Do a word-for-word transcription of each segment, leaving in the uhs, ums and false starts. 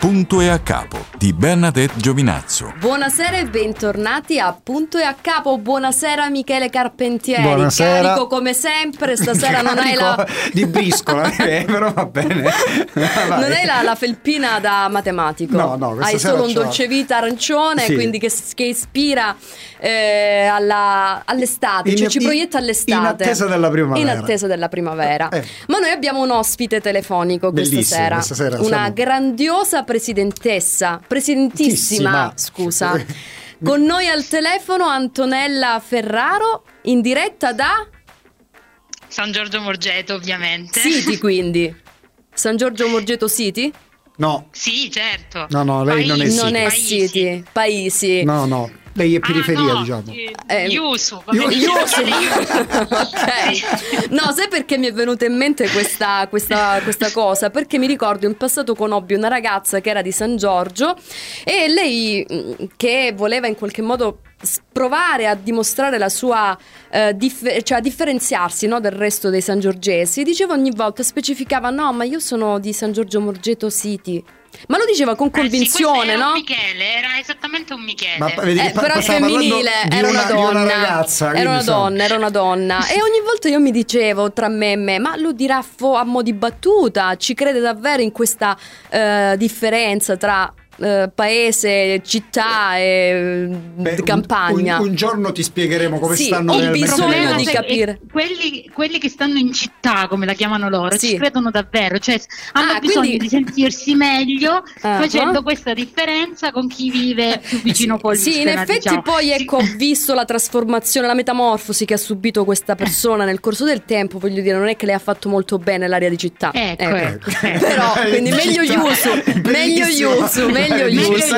Punto e a capo di Bernadette Giovinazzo. Buonasera e bentornati a Punto e a capo. Buonasera Michele Carpentieri. Buonasera. Carico come sempre, stasera non hai la di briscola, eh, però va bene. Non hai la, la felpina da matematico. No, no, hai solo un dolcevita arancione, sì. Quindi che, che ispira eh, alla, all'estate, in, cioè ci proietta all'estate. In attesa della primavera. In attesa della primavera. Eh. Ma noi abbiamo un ospite telefonico questa Bellissimo, sera. questa sera Una siamo... grandiosa presidentessa, presidentissima, scusa. Con noi al telefono Antonella Ferraro, in diretta da San Giorgio Morgeto, ovviamente. City, quindi. San Giorgio Morgeto City? No. Sì, certo. No, no, lei Paesi, non è City. Non è Paesi. City, Paesi. No, no. Lei è periferia, ah, no, diciamo. Eh, Iusu. Iusu. Ok. No, sai perché mi è venuta in mente questa, questa, questa cosa? Perché mi ricordo in passato conobbi una ragazza che era di San Giorgio e lei, che voleva in qualche modo provare a dimostrare la sua eh, dif- cioè a differenziarsi, no, del resto dei sangiorgesi, diceva ogni volta, specificava: no, ma io sono di San Giorgio Morgeto City. Ma lo diceva con convinzione, eh sì, no? Era un Michele, era esattamente un Michele. Ma, vedi, eh, pa- però è femminile, era una, una donna. Una ragazza, era una insomma. donna, era una donna. E ogni volta io mi dicevo tra me e me: ma lo dirà fo- a mo' di battuta? Ci crede davvero in questa uh, differenza tra Uh, paese, città e Beh, campagna? Un, un, un giorno ti spiegheremo come sì, stanno ho nel bisogno mercato. di capire. Quelli, quelli che stanno in città, come la chiamano loro, sì. ci credono davvero, cioè hanno ah, bisogno quindi... di sentirsi meglio uh-huh. facendo questa differenza con chi vive più vicino poi. Sì, in effetti diciamo. poi ecco, ho visto la trasformazione, la metamorfosi che ha subito questa persona nel corso del tempo. Voglio dire, non è che le ha fatto molto bene l'area di città. Ecco, ecco. ecco. Però quindi meglio Iusu, meglio Iusu, meglio Iusu.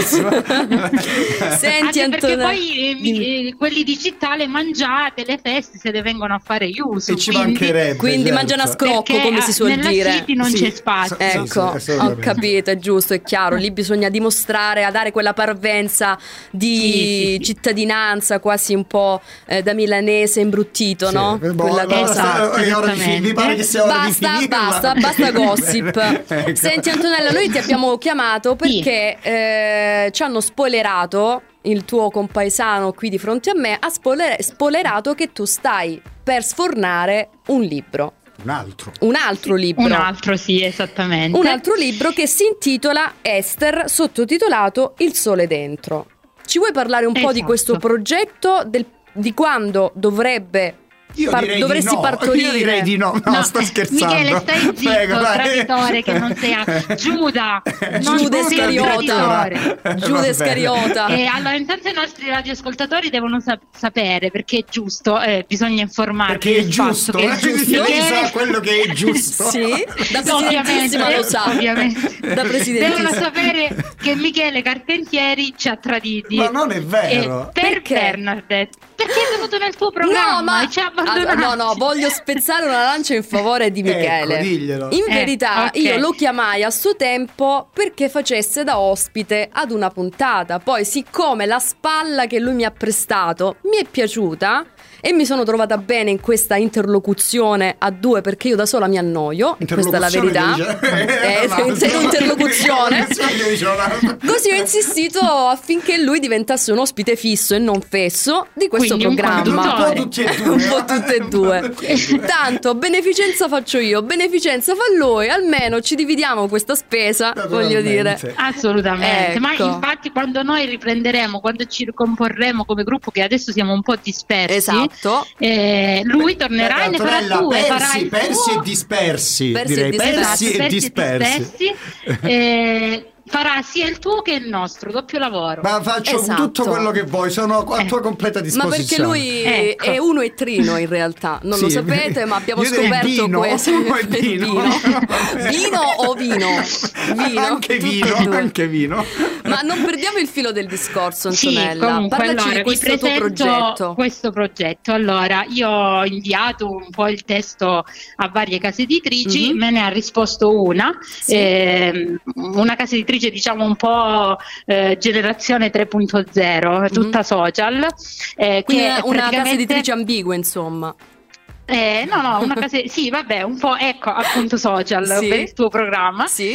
Senti, anche perché Antonella, poi eh, quelli di città, le mangiate, le feste se le vengono a fare Iusu, e ci quindi, mancherebbe, quindi certo. mangiano a scrocco, perché, come si suol nella dire. City non sì, c'è spazio. Ecco, sì, sì, ho capito, è giusto, è chiaro. Lì bisogna dimostrare, a dare quella parvenza di sì, sì, sì. cittadinanza quasi un po' eh, da milanese imbruttito, sì, no? Boh, quella allora, cosa. È ora di fi- mi pare che sia ora basta, di finire. basta, basta gossip. Ecco. Senti Antonella, noi ti abbiamo chiamato perché sì. eh, ci hanno spoilerato, il tuo compaesano qui di fronte a me ha spoiler- spoilerato che tu stai per sfornare un libro. Un altro. Un altro libro. Un altro, sì, esattamente. Un altro libro che si intitola Ester, sottotitolato Il sole dentro. Ci vuoi parlare un esatto. po' di questo progetto, del, di quando dovrebbe... Io Par- direi dovresti di no. partorire? Io direi di no, no, no sto scherzando. Michele, stai zitto, Prego, traditore che non sei a... Giuda, Giuda Iscariota. Giuda Iscariota. E allora intanto i nostri radioascoltatori devono sap- sapere, perché è giusto, eh, bisogna informarli. Perché è giusto, che è giusto. Lei sa quello che è giusto. Sì, da presidentissima lo sa. Ovviamente. Da presidentissima. Devono sapere che Michele Carpentieri ci ha traditi. Ma non è vero. E per Perché? Bernadette. Perché è venuto nel tuo programma No, ma e ci ha ah, no, no, voglio spezzare una lancia in favore di Michele. Ecco, diglielo. In Eh, verità, ok. io lo chiamai a suo tempo perché facesse da ospite ad una puntata. Poi, siccome la spalla che lui mi ha prestato mi è piaciuta e mi sono trovata bene in questa interlocuzione a due, perché io da sola mi annoio, questa è la verità. Eh, sei, sei un'interlocuzione. Così ho insistito affinché lui diventasse un ospite fisso e non fesso di questo Quindi un programma. conduttore. Un po' tutti e due. Un po' tutte e due. Tanto beneficenza faccio io, beneficenza fa lui, almeno ci dividiamo questa spesa, voglio dire. Assolutamente, ma Ecco. infatti quando noi riprenderemo, quando ci ricomporremo come gruppo, che adesso siamo un po' dispersi, Esatto. eh, lui tornerà e ne farà Antonella, due, persi, farà il persi suo, e dispersi, Persi e direi dispersi. persi e persi e dispersi. dispersi, eh, farà sia il tuo che il nostro, doppio lavoro. Ma faccio Esatto. tutto quello che vuoi, sono a tua Eh. completa Ma disposizione. perché lui Ecco. è uno e trino in realtà, non lo Sì. sapete, ma abbiamo Io direi scoperto vino, questo. o vino. Vino o vino? Vino. Anche Tutte e vino, due. anche vino. Ma non perdiamo il filo del discorso, Sì, Antonella. comunque, Parlaci allora, di questo vi tuo presento progetto. questo progetto. Allora, io ho inviato un po' il testo a varie case editrici, Mhm. me ne ha risposto una, Sì. ehm, una casa editrice diciamo un po' eh, generazione tre punto zero, tutta social. eh, Quindi che una, una casa praticamente- editrice ambigua, insomma. Eh, no, no, una casa, sì, vabbè, un po', ecco, appunto social Sì. per il tuo programma. Sì.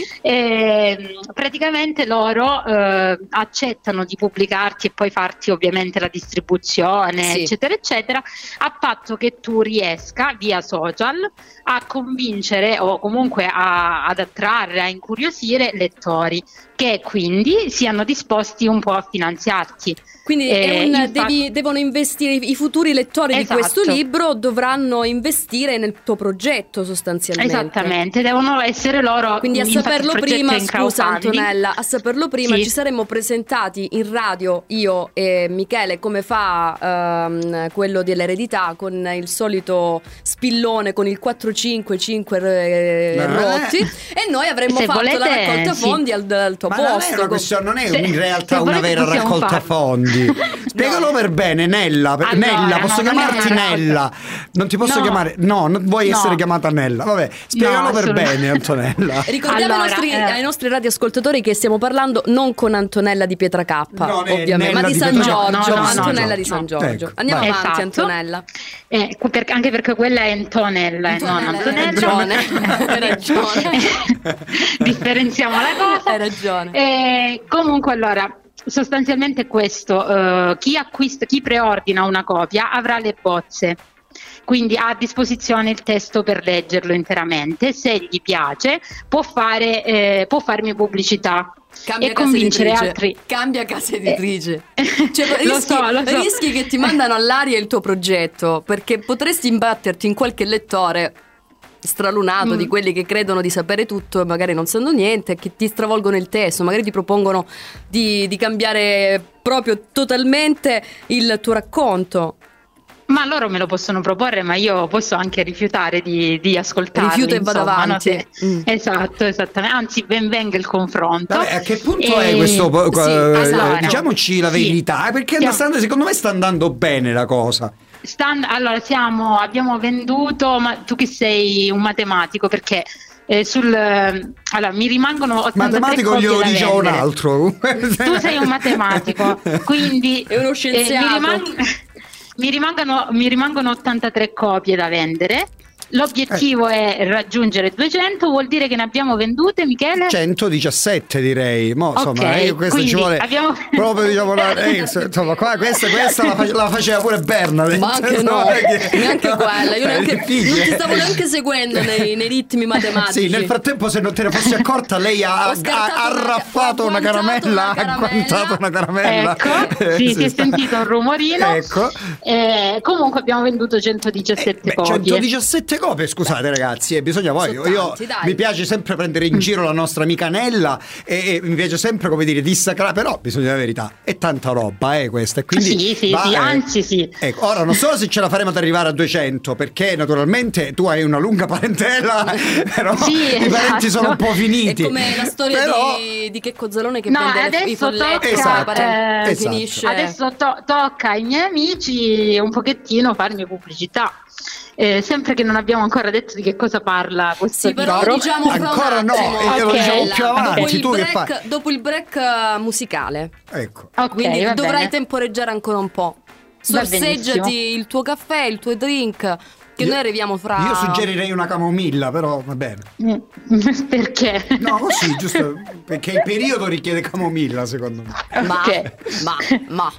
Eh, praticamente loro eh, accettano di pubblicarti e poi farti ovviamente la distribuzione, Sì. eccetera, eccetera, a patto che tu riesca via social a convincere o comunque a- ad attrarre, a incuriosire lettori che quindi siano disposti un po' a finanziarti. Quindi è Eh, un- infatti- devi- devono investire, i futuri lettori Esatto. di questo libro dovranno investire nel tuo progetto sostanzialmente. Esattamente, devono essere loro. Quindi a infatti il saperlo progetto prima, è in scusa crowdfunding. Antonella, a saperlo prima Sì. ci saremmo presentati in radio io e Michele come fa ehm, quello dell'eredità con il solito spillone con il quattro cinque cinque eh, Ma non è- rotti e noi avremmo Se fatto la volete, raccolta sì. fondi al, al tuo Ma non è posto. una questione, non è Se- in realtà se una volete vera possiamo raccolta farlo. fondi. Spiegalo per bene, Nella. per- Allora, Nella, posso no, non è chiamarti una raccolta. Nella? Non ti posso No. chiamare? No, non vuoi No. essere chiamata Nella. Vabbè, spiegalo No, per assolutamente. bene, Antonella. Ricordiamo ai, Allora, nostri, eh. ai nostri radioascoltatori che stiamo parlando non con Antonella di Pietra K, No, ne- ovviamente, Nella ma di di San Pietra- Giorgio, no, no, no, Antonella no, di San no. Giorgio. Ecco, Andiamo vai. avanti, Esatto. Antonella. Eh, per- anche perché quella è Antonella e non Antonella, Antonella. hai ragione, hai ragione. Differenziamo la cosa. Hai ragione. Eh, comunque, allora, sostanzialmente questo: eh, chi acquista, chi preordina una copia avrà le bozze. Quindi ha a disposizione il testo per leggerlo interamente. Se gli piace, può fare, eh, può farmi pubblicità. Cambia e casa convincere editrice. altri. Cambia casa editrice. Cioè, Lo rischi, so, lo so. rischi che ti mandano all'aria il tuo progetto, perché potresti imbatterti in qualche lettore stralunato Mm. di quelli che credono di sapere tutto e magari non sanno niente, che ti stravolgono il testo, magari ti propongono di, di cambiare proprio totalmente il tuo racconto. Ma loro me lo possono proporre, ma io posso anche rifiutare di, di ascoltarli. Rifiuto e vado insomma, no? avanti. Se- Mm. Esatto, esattamente. Anzi, ben venga il confronto. Vabbè, a che punto E- è questo? sì, eh, allora, diciamoci la sì. verità, perché Stiamo- sta- secondo me sta andando bene la cosa. Stan- allora, siamo, abbiamo venduto, ma tu che sei un matematico, perché eh, sul, eh, allora, mi rimangono ottantatré Matematico copie glielo da dice a un vendere. altro. Tu sei un matematico, quindi È uno eh, scienziato. mi, rimang- mi rimangono, mi rimangono ottantatré copie da vendere. L'obiettivo è raggiungere duecento, vuol dire che ne abbiamo vendute, Michele? centodiciassette direi. Mo, Ok, insomma, eh, questo ci quindi vuole abbiamo- proprio diciamo la, eh, insomma, qua, questa, questa la, face- la faceva pure Bernadette. Ma anche no, Non è che- neanche no, quella, io è neanche, non difficile. ti stavo neanche seguendo nei, nei ritmi matematici. Sì, nel frattempo se non te ne fossi accorta lei ha, Ho ha, scartato ha una- arraffato ho una agguantato caramella, una ha caramella. agguantato una caramella. Ecco, Eh, sì, si è sta- sentito un rumorino. Ecco. Eh, comunque abbiamo venduto centodiciassette Beh, copie. centodiciassette copie, scusate ragazzi, eh, bisogna poi. Sono Io tanti, dai. mi piace sempre prendere in giro la nostra amica Nella e, e mi piace sempre, come dire, dissacrare, però bisogna dire la verità, è tanta roba, eh, questa. E quindi Sì, sì, va, sì, eh, anzi sì. Ecco, ora non so se ce la faremo ad arrivare a duecento, perché naturalmente tu hai una lunga parentela, però Sì, i parenti esatto. sono un po' finiti. È come la storia Però- di, di Checco Zalone che No, vende le- i adesso folletti tocca, Esatto, parenti- eh, esatto. finisce. Adesso to- tocca ai miei amici un pochettino farmi pubblicità. Eh, sempre che non abbiamo ancora detto di che cosa parla questo Sì, però libro. diciamo fra Ancora un no, attimo. e glielo Ok. diciamo più Dopo avanti, il tu che break- fai? Dopo il break eh, musicale. Ecco. Ok, Quindi va dovrai bene. temporeggiare ancora un po'. Va Sorseggiati benissimo. il tuo caffè, il tuo drink, che Io- noi arriviamo fra... Io suggerirei una camomilla, però va bene. Mm, Perché? No, così, giusto, perché il periodo richiede camomilla, secondo me. Ma, Ok. ma, ma...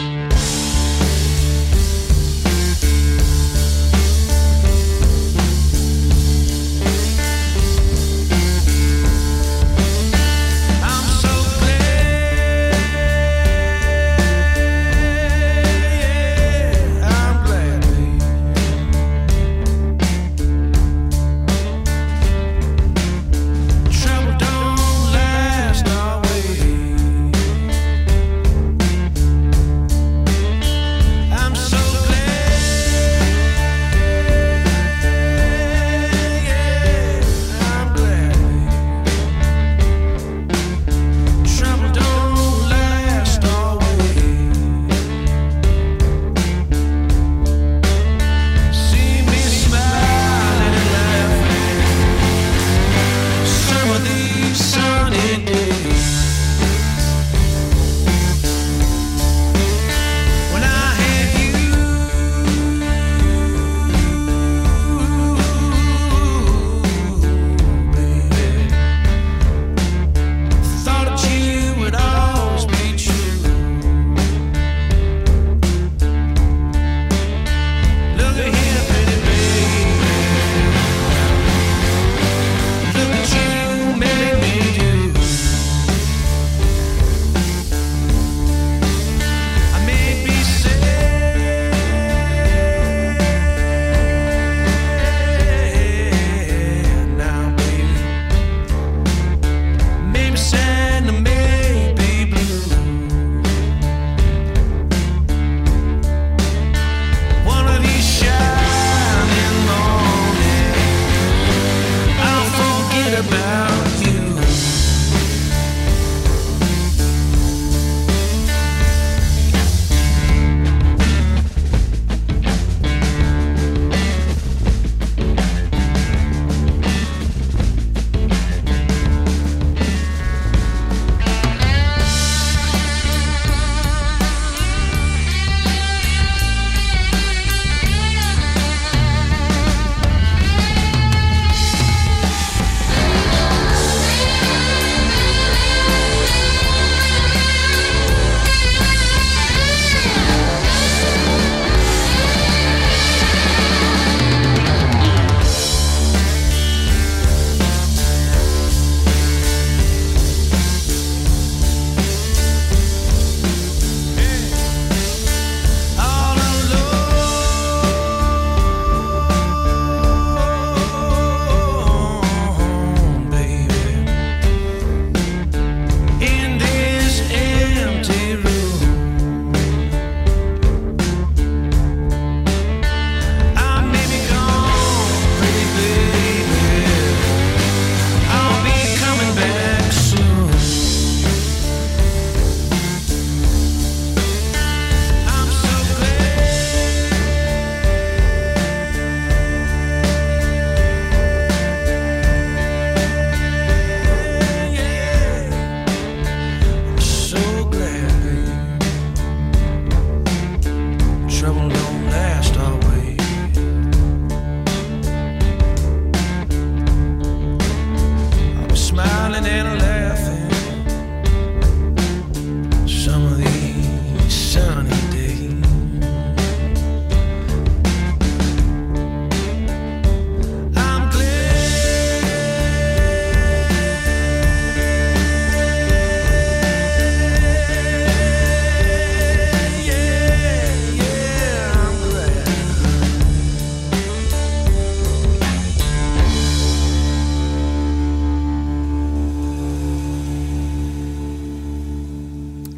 I'm so glad, yeah, I'm glad. Trouble don't last always.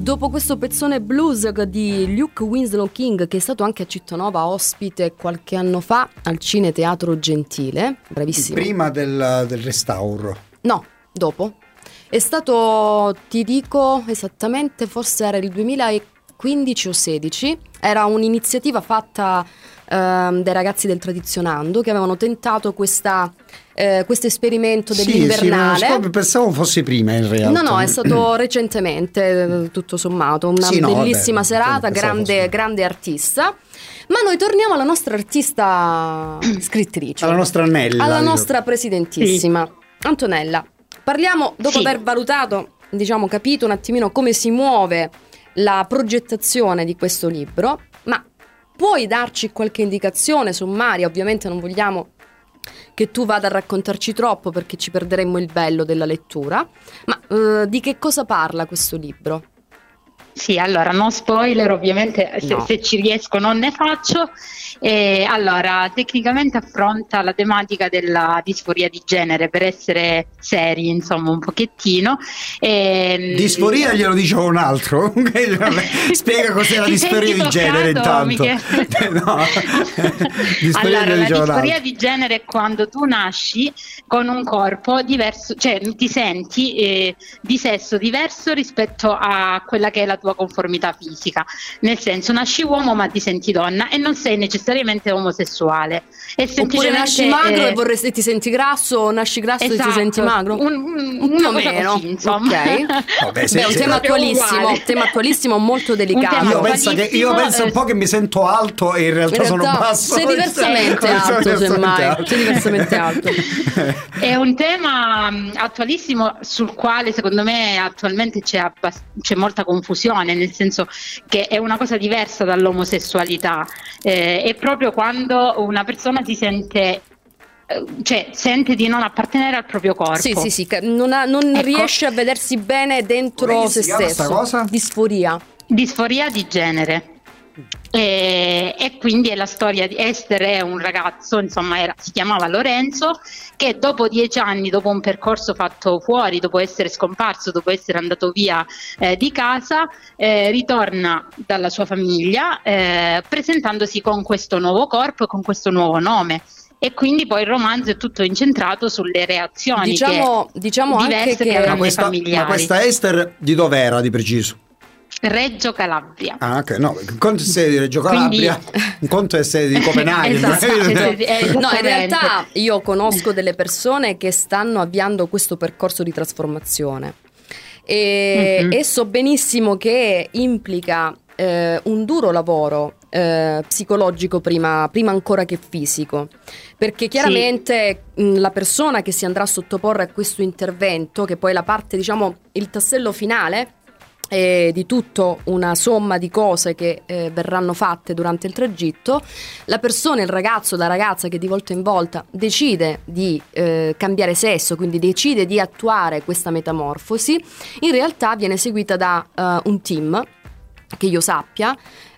Dopo questo pezzone blues di Luke Winslow King, che è stato anche a Cittanova ospite qualche anno fa al Cine Teatro Gentile, bravissimo. Prima del, del restauro. No, dopo. È stato, ti dico esattamente, forse era il duemilaquindici o sedici, era un'iniziativa fatta ehm, dai ragazzi del Tradizionando che avevano tentato questa, eh, questo esperimento dell'invernale. Sì, sì, no, pensavo fosse prima in realtà. No, no, è stato recentemente, tutto sommato, una Sì, no, bellissima vabbè, serata, pensavo grande, fosse- grande artista. Ma noi torniamo alla nostra artista scrittrice, Alla nostra Annella. alla dico. nostra presidentissima, Antonella. Parliamo, dopo Sì. aver valutato, diciamo, capito un attimino come si muove la progettazione di questo libro, ma puoi darci qualche indicazione sommaria? Ovviamente non vogliamo che tu vada a raccontarci troppo perché ci perderemmo il bello della lettura, ma eh, di che cosa parla questo libro? Sì, allora, no spoiler, ovviamente se, No. se ci riesco non ne faccio. E, allora, tecnicamente affronta la tematica della disforia di genere, per essere seri, insomma, un pochettino. E, Disforia glielo dice un altro. Spiega cos'è la Ti disforia senti di genere toccato, intanto. Michele? No. Disforia Allora, glielo la dice un disforia altro. di genere è quando tu nasci con un corpo diverso, cioè ti senti eh, di sesso diverso rispetto a quella che è la tua conformità fisica. Nel senso, nasci uomo ma ti senti donna e non sei necessariamente omosessuale. È Oppure semplicemente, nasci magro eh, e vorresti ti senti grasso, o nasci grasso e ti esatto, senti magro? un- un- Più una o cosa meno, così, insomma. ok. Vabbè, se- Beh, è un se- tema proprio attualissimo, uguale. tema attualissimo molto delicato. tema Io penso, che, io attualissimo, penso un eh, po' che mi sento alto e in realtà In sono realtà basso. sei diversamente Sono alto, diversamente semmai. alto. Sei diversamente alto. È un tema mh, attualissimo sul quale secondo me attualmente c'è, abbast- c'è molta confusione, nel senso che è una cosa diversa dall'omosessualità. Eh, è proprio quando una persona si sente, eh, cioè sente di non appartenere al proprio corpo. Sì, sì, sì, che non, ha- non Ecco. riesce a vedersi bene dentro Come se si chiama stesso. sta cosa? Disforia. Disforia di genere. E, e quindi è la storia di Esther, è un ragazzo, insomma era, si chiamava Lorenzo, che dopo dieci anni, dopo un percorso fatto fuori, dopo essere scomparso, dopo essere andato via eh, di casa, eh, ritorna dalla sua famiglia eh, presentandosi con questo nuovo corpo e con questo nuovo nome. E quindi poi il romanzo è tutto incentrato sulle reazioni Diciamo, che, diciamo anche diverse che che hanno Ma i questa, familiari. ma questa Esther di dov'era di preciso? Reggio Calabria. Ah, ok, no, un conto è sede di Reggio Quindi- Calabria, un conto è sede di Copenaghen. Esatto, Eh, esatto. No, in Esattamente. realtà io conosco delle persone che stanno avviando questo percorso di trasformazione e, Mhm. e so benissimo che implica eh, un duro lavoro eh, psicologico prima, prima ancora che fisico, perché chiaramente mh, la persona che si andrà a sottoporre a questo intervento, che poi è la parte, diciamo, il tassello finale eh, di tutto una somma di cose che eh, verranno fatte durante il tragitto, la persona, il ragazzo, la ragazza che di volta in volta decide di eh, cambiare sesso, quindi decide di attuare questa metamorfosi, in realtà viene seguita da eh, un team, che io sappia,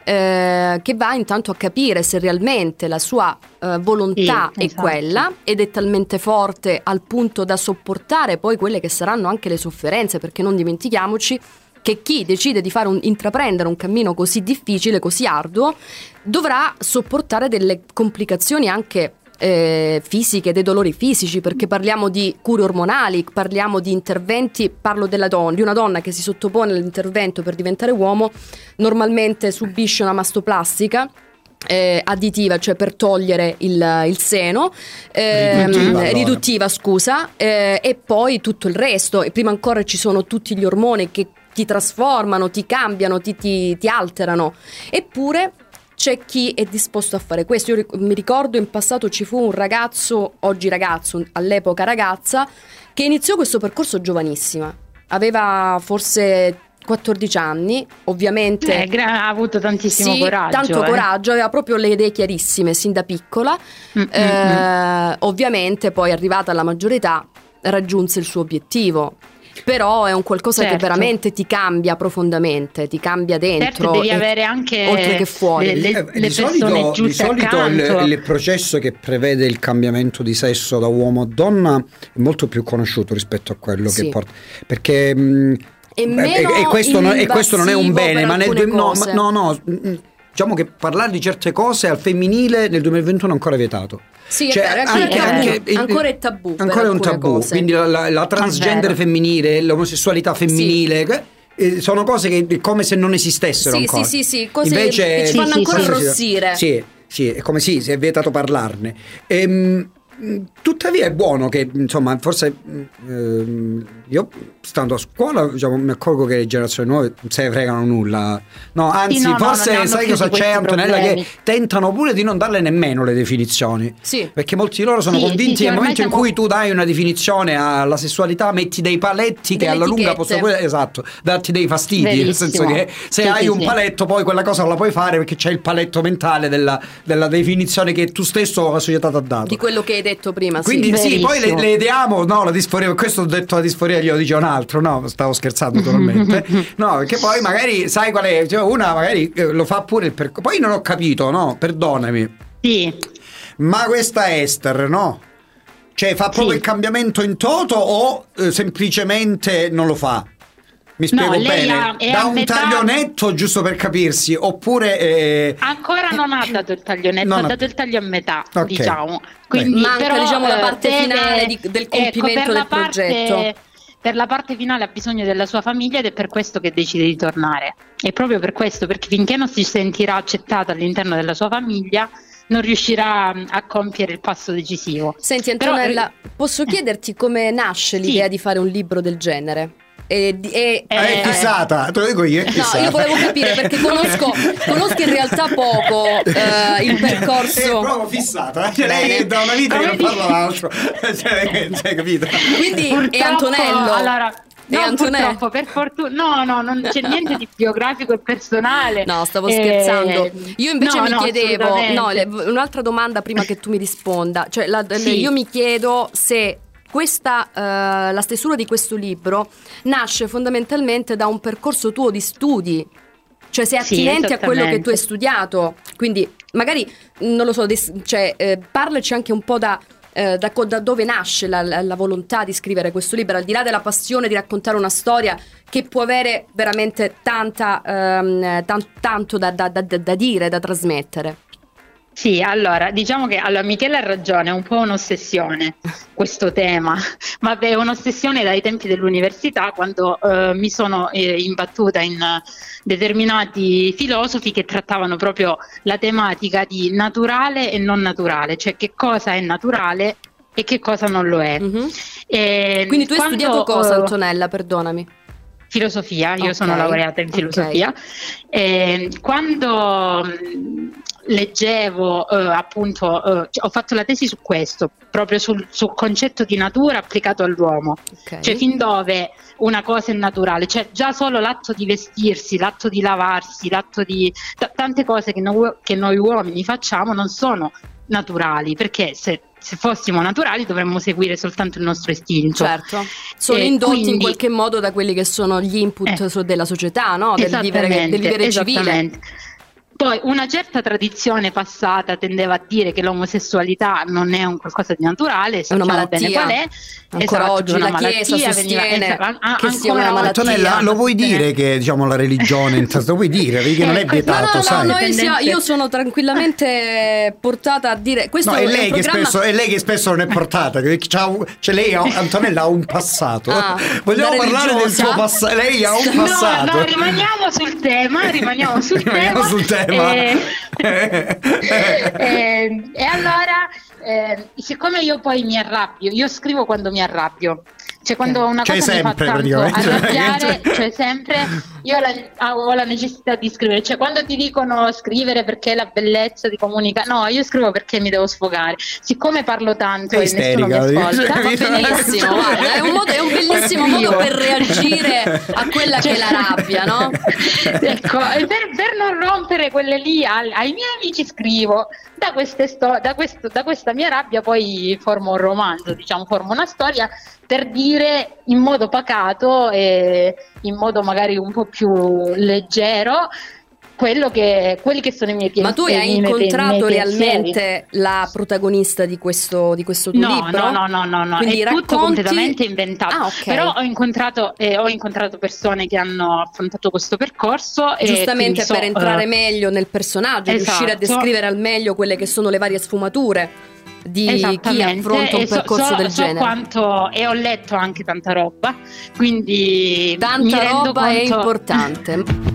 eh, che va intanto a capire se realmente la sua eh, volontà Sì, è esatto. quella ed è talmente forte al punto da sopportare poi quelle che saranno anche le sofferenze, perché non dimentichiamoci che chi decide di fare un, intraprendere un cammino così difficile, così arduo, dovrà sopportare delle complicazioni anche eh, fisiche, dei dolori fisici, perché parliamo di cure ormonali, parliamo di interventi, parlo della donna, di una donna che si sottopone all'intervento per diventare uomo, normalmente subisce una mastoplastica eh, additiva, cioè per togliere il, il seno, ehm, Riduttiva, allora. riduttiva, scusa, eh, e poi tutto il resto, e prima ancora ci sono tutti gli ormoni che ti trasformano, ti cambiano, ti, ti, ti alterano, eppure c'è chi è disposto a fare questo. Io ric- mi ricordo in passato ci fu un ragazzo, oggi ragazzo, un- all'epoca ragazza, che iniziò questo percorso giovanissima, aveva forse quattordici anni, ovviamente Eh, gra- ha avuto tantissimo sì, coraggio. tanto eh. coraggio, aveva proprio le idee chiarissime sin da piccola. Mm, mm, Eh, ovviamente poi arrivata alla maggiore età raggiunse il suo obiettivo, però è un qualcosa che Certo. veramente ti cambia profondamente, ti cambia dentro, Certo, devi e- avere anche oltre che fuori. le, le- Eh, le di persone solito, di giuste solito il, accanto. il processo che prevede il cambiamento di sesso da uomo a donna è molto più conosciuto rispetto a quello Sì. che porta, perché mh, è E, meno e questo, non, e questo non è un invasivo bene, per ma nel alcune due- no, cose. ma- no, no, mm, diciamo che parlare di certe cose al femminile nel duemilaventuno è ancora vietato. Sì, è Cioè, vero, è anche- vero. anche- Ancora è tabù per Ancora è un alcune tabù. cose. Quindi la, la- la transgender vero. femminile, l'omosessualità femminile. che- eh, sono cose che è come se non esistessero Sì, ancora. sì, sì, sì, cose Invece, che ci Sì, fanno sì, ancora sì, sì. arrossire. Sì, sì, è come sì, si è vietato parlarne. Ehm, tuttavia è buono che, insomma, forse ehm, io stando a scuola, diciamo, mi accorgo che le generazioni nuove non se ne fregano nulla. No, anzi, Sì, no, no, forse non ne hanno sai più cosa di c'è, questi Antonella, problemi. che tentano pure di non darle nemmeno le definizioni. Sì. Perché molti di loro sono Sì, convinti sì, sì, che nel ormai momento in siamo- cui tu dai una definizione alla sessualità, metti dei paletti che Delle alla lunga etichette. possono pure, esatto, darti dei fastidi. Nel Verissimo. senso che se Sì, hai sì, un sì. paletto, poi quella cosa non la puoi fare perché c'è il paletto mentale della, della definizione che tu stesso o la società ti ha dato. Di quello che hai detto prima, sì. Quindi sì, poi le, Verissimo. le diamo, no, la disforia, per questo ho detto la disforia, glielo dice un altro, no, stavo scherzando naturalmente, no, perché poi magari, sai qual è, cioè, una magari eh, lo fa pure il percorso, poi non ho capito, no, perdonami, Sì. ma questa Esther, no? Cioè fa proprio Sì. il cambiamento in toto o eh, semplicemente non lo fa? Mi spiego No, lei bene, ha- è da a un metà- taglionetto giusto per capirsi, oppure... eh, Ancora non ha dato il taglionetto, Non ha ha- dato il taglio a metà, Ok. diciamo. Quindi, Manca, però, diciamo, la eh, parte deve- finale di- del ecco, compimento per la del progetto. parte- per la parte finale ha bisogno della sua famiglia ed è per questo che decide di tornare. È proprio per questo, perché finché non si sentirà accettata all'interno della sua famiglia, non riuscirà a, a compiere il passo decisivo. Senti Però, Antonella, eh, posso chiederti come nasce sì. l'idea di fare un libro del genere? E, di- e- ah, è Eh, fissata, te lo dico io, è No, fissata. io volevo capire perché conosco, conosco in realtà poco eh, il È percorso. proprio fissata, cioè, lei Bene. da una vita che non Come parla l'altro, cioè, cioè, capito? Quindi è Purtroppo, Antonello. Allora, È no, Antonello. purtroppo, per fortuna, no, no, non c'è niente di biografico e personale. No, stavo Eh, scherzando. Io invece no, mi no, chiedevo, assolutamente. no, le- un'altra domanda prima che tu mi risponda. Cioè, la- le- Sì. io mi chiedo se questa, eh, la stesura di questo libro nasce fondamentalmente da un percorso tuo di studi. Cioè, se è Sì, attinente a quello che tu hai esattamente. studiato. Quindi, magari, non lo so, des- cioè, eh, parlaci anche un po' da... eh, da, co- da dove nasce la, la- la volontà di scrivere questo libro, al di là della passione di raccontare una storia che può avere veramente tanta, ehm, tan- tanto da, da- da- da dire, da trasmettere. Sì, allora, diciamo che allora, Michele ha ragione, è un po' un'ossessione questo tema, ma è un'ossessione dai tempi dell'università quando eh, mi sono eh, imbattuta in eh, determinati filosofi che trattavano proprio la tematica di naturale e non naturale, cioè che cosa è naturale e che cosa non lo è. Mhm. E Quindi tu hai quando, studiato cosa, eh, Antonella? Perdonami. Filosofia, io Ok, sono laureata in ok. filosofia. E quando mh, leggevo eh, appunto, eh, cioè, ho fatto la tesi su questo, proprio sul, sul concetto di natura applicato all'uomo, Ok. cioè fin dove una cosa è naturale, cioè già solo l'atto di vestirsi, l'atto di lavarsi, l'atto di t- tante cose che noi, che noi uomini facciamo non sono naturali, perché se, se fossimo naturali dovremmo seguire soltanto il nostro istinto. Certo, sono E indotti in quindi- qualche modo da quelli che sono gli input Eh. so- della società, no? Del vivere, del vivere civile. esattamente. Poi una certa tradizione passata tendeva a dire che l'omosessualità non è un qualcosa di naturale, sappiamo malattia. bene qual è. Ancora Esatto, oggi è una la Chiesa malattia, sostiene veniva- esatto, a- che sia ancora una oggi- Antonella, lo vuoi dire che diciamo la religione in lo vuoi dire perché non è Ecco, vietato, No, no, no, sai? noi Tendenze- sia- io sono tranquillamente portata a dire questo No, è è un lei, che programma. spesso, è lei che spesso non è portata, che c'ha un- cioè lei ha, Antonella ha un passato. Ah, Vogliamo da parlare del religiosa? suo passato? Lei ha un No, passato. no, rimaniamo sul tema, rimaniamo sul Rimaniamo tema. sul tema. Eh, eh, e allora, eh, siccome io poi mi arrabbio, io scrivo quando mi arrabbio. Cioè quando una Cioè cosa mi fa sempre, tanto praticamente. arrabbiare, cioè sempre io la- ho la necessità di scrivere. Cioè quando ti dicono scrivere perché è la bellezza di comunicare, no, io scrivo perché mi devo sfogare. Siccome parlo tanto Sei e nessuno mi isterica, ascolta, dici? Va benissimo, guarda, è un, modo- è un bellissimo Scrivo. modo per reagire a quella che è la rabbia, no? Ecco, e per, per non rompere quelle lì al- ai miei amici scrivo da, queste sto- da, questo- da questa mia rabbia poi formo un romanzo, diciamo, formo una storia per dire in modo pacato e in modo magari un po' più leggero quello che, quelli che sono i miei Ma tu pensieri. hai i miei- incontrato i miei realmente pensieri. la protagonista di questo, di questo tuo No, libro? no, no, no, no, no, Quindi è tutto racconti- completamente inventato. Ah, ok. Però ho incontrato, eh, ho incontrato persone che hanno affrontato questo percorso. e Giustamente quindi so, per entrare eh, meglio nel personaggio, riuscire a esatto. descrivere al meglio quelle che sono le varie sfumature di chi Esattamente, affronta un e so- percorso so, del so genere. quanto, e ho letto anche tanta roba, quindi mi Tanta rendo roba è conto. importante.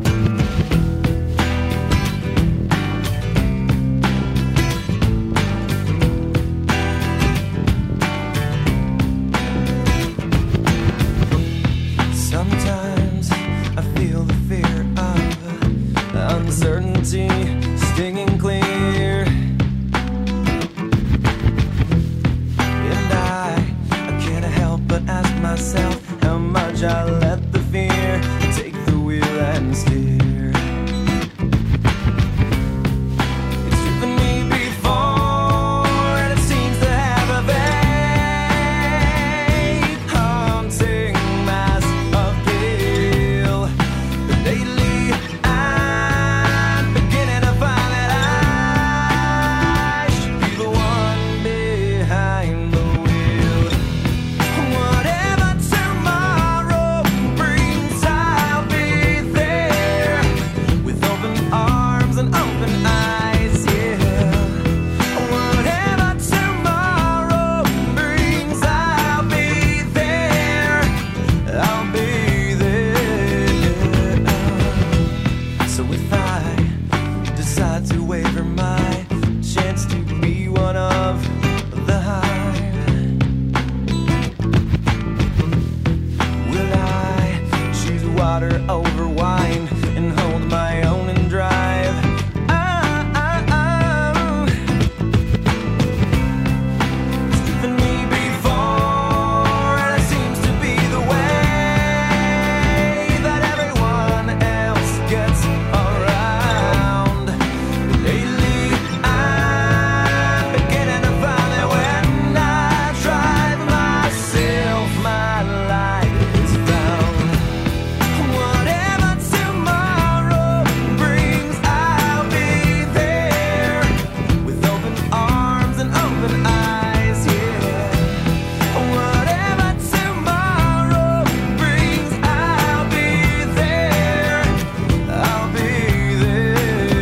Sometimes I feel the fear of uncertainty stinging clear, and I, I can't help but ask myself how much I let the fear take the wheel and steer. It's driven me before, and it seems to have a vague haunting mass of guilt. But lately I'm beginning to find that I should be the one behind the wheel. Whatever tomorrow brings, I'll be there with open arms and open eyes, yeah. Whatever tomorrow brings, I'll be there, I'll be there. So if I decide to waver my chance to be one of the hive, will I choose water over wine and hold my own and drive? Ah, ah, ah. It's driven me before, and it seems to be the way that everyone else gets around. Lately I'm beginning to find that when I drive myself, my light is found. Whatever tomorrow brings, I'll be there with open arms and open eyes, yeah. Whatever tomorrow brings, I'll be there, I'll be there.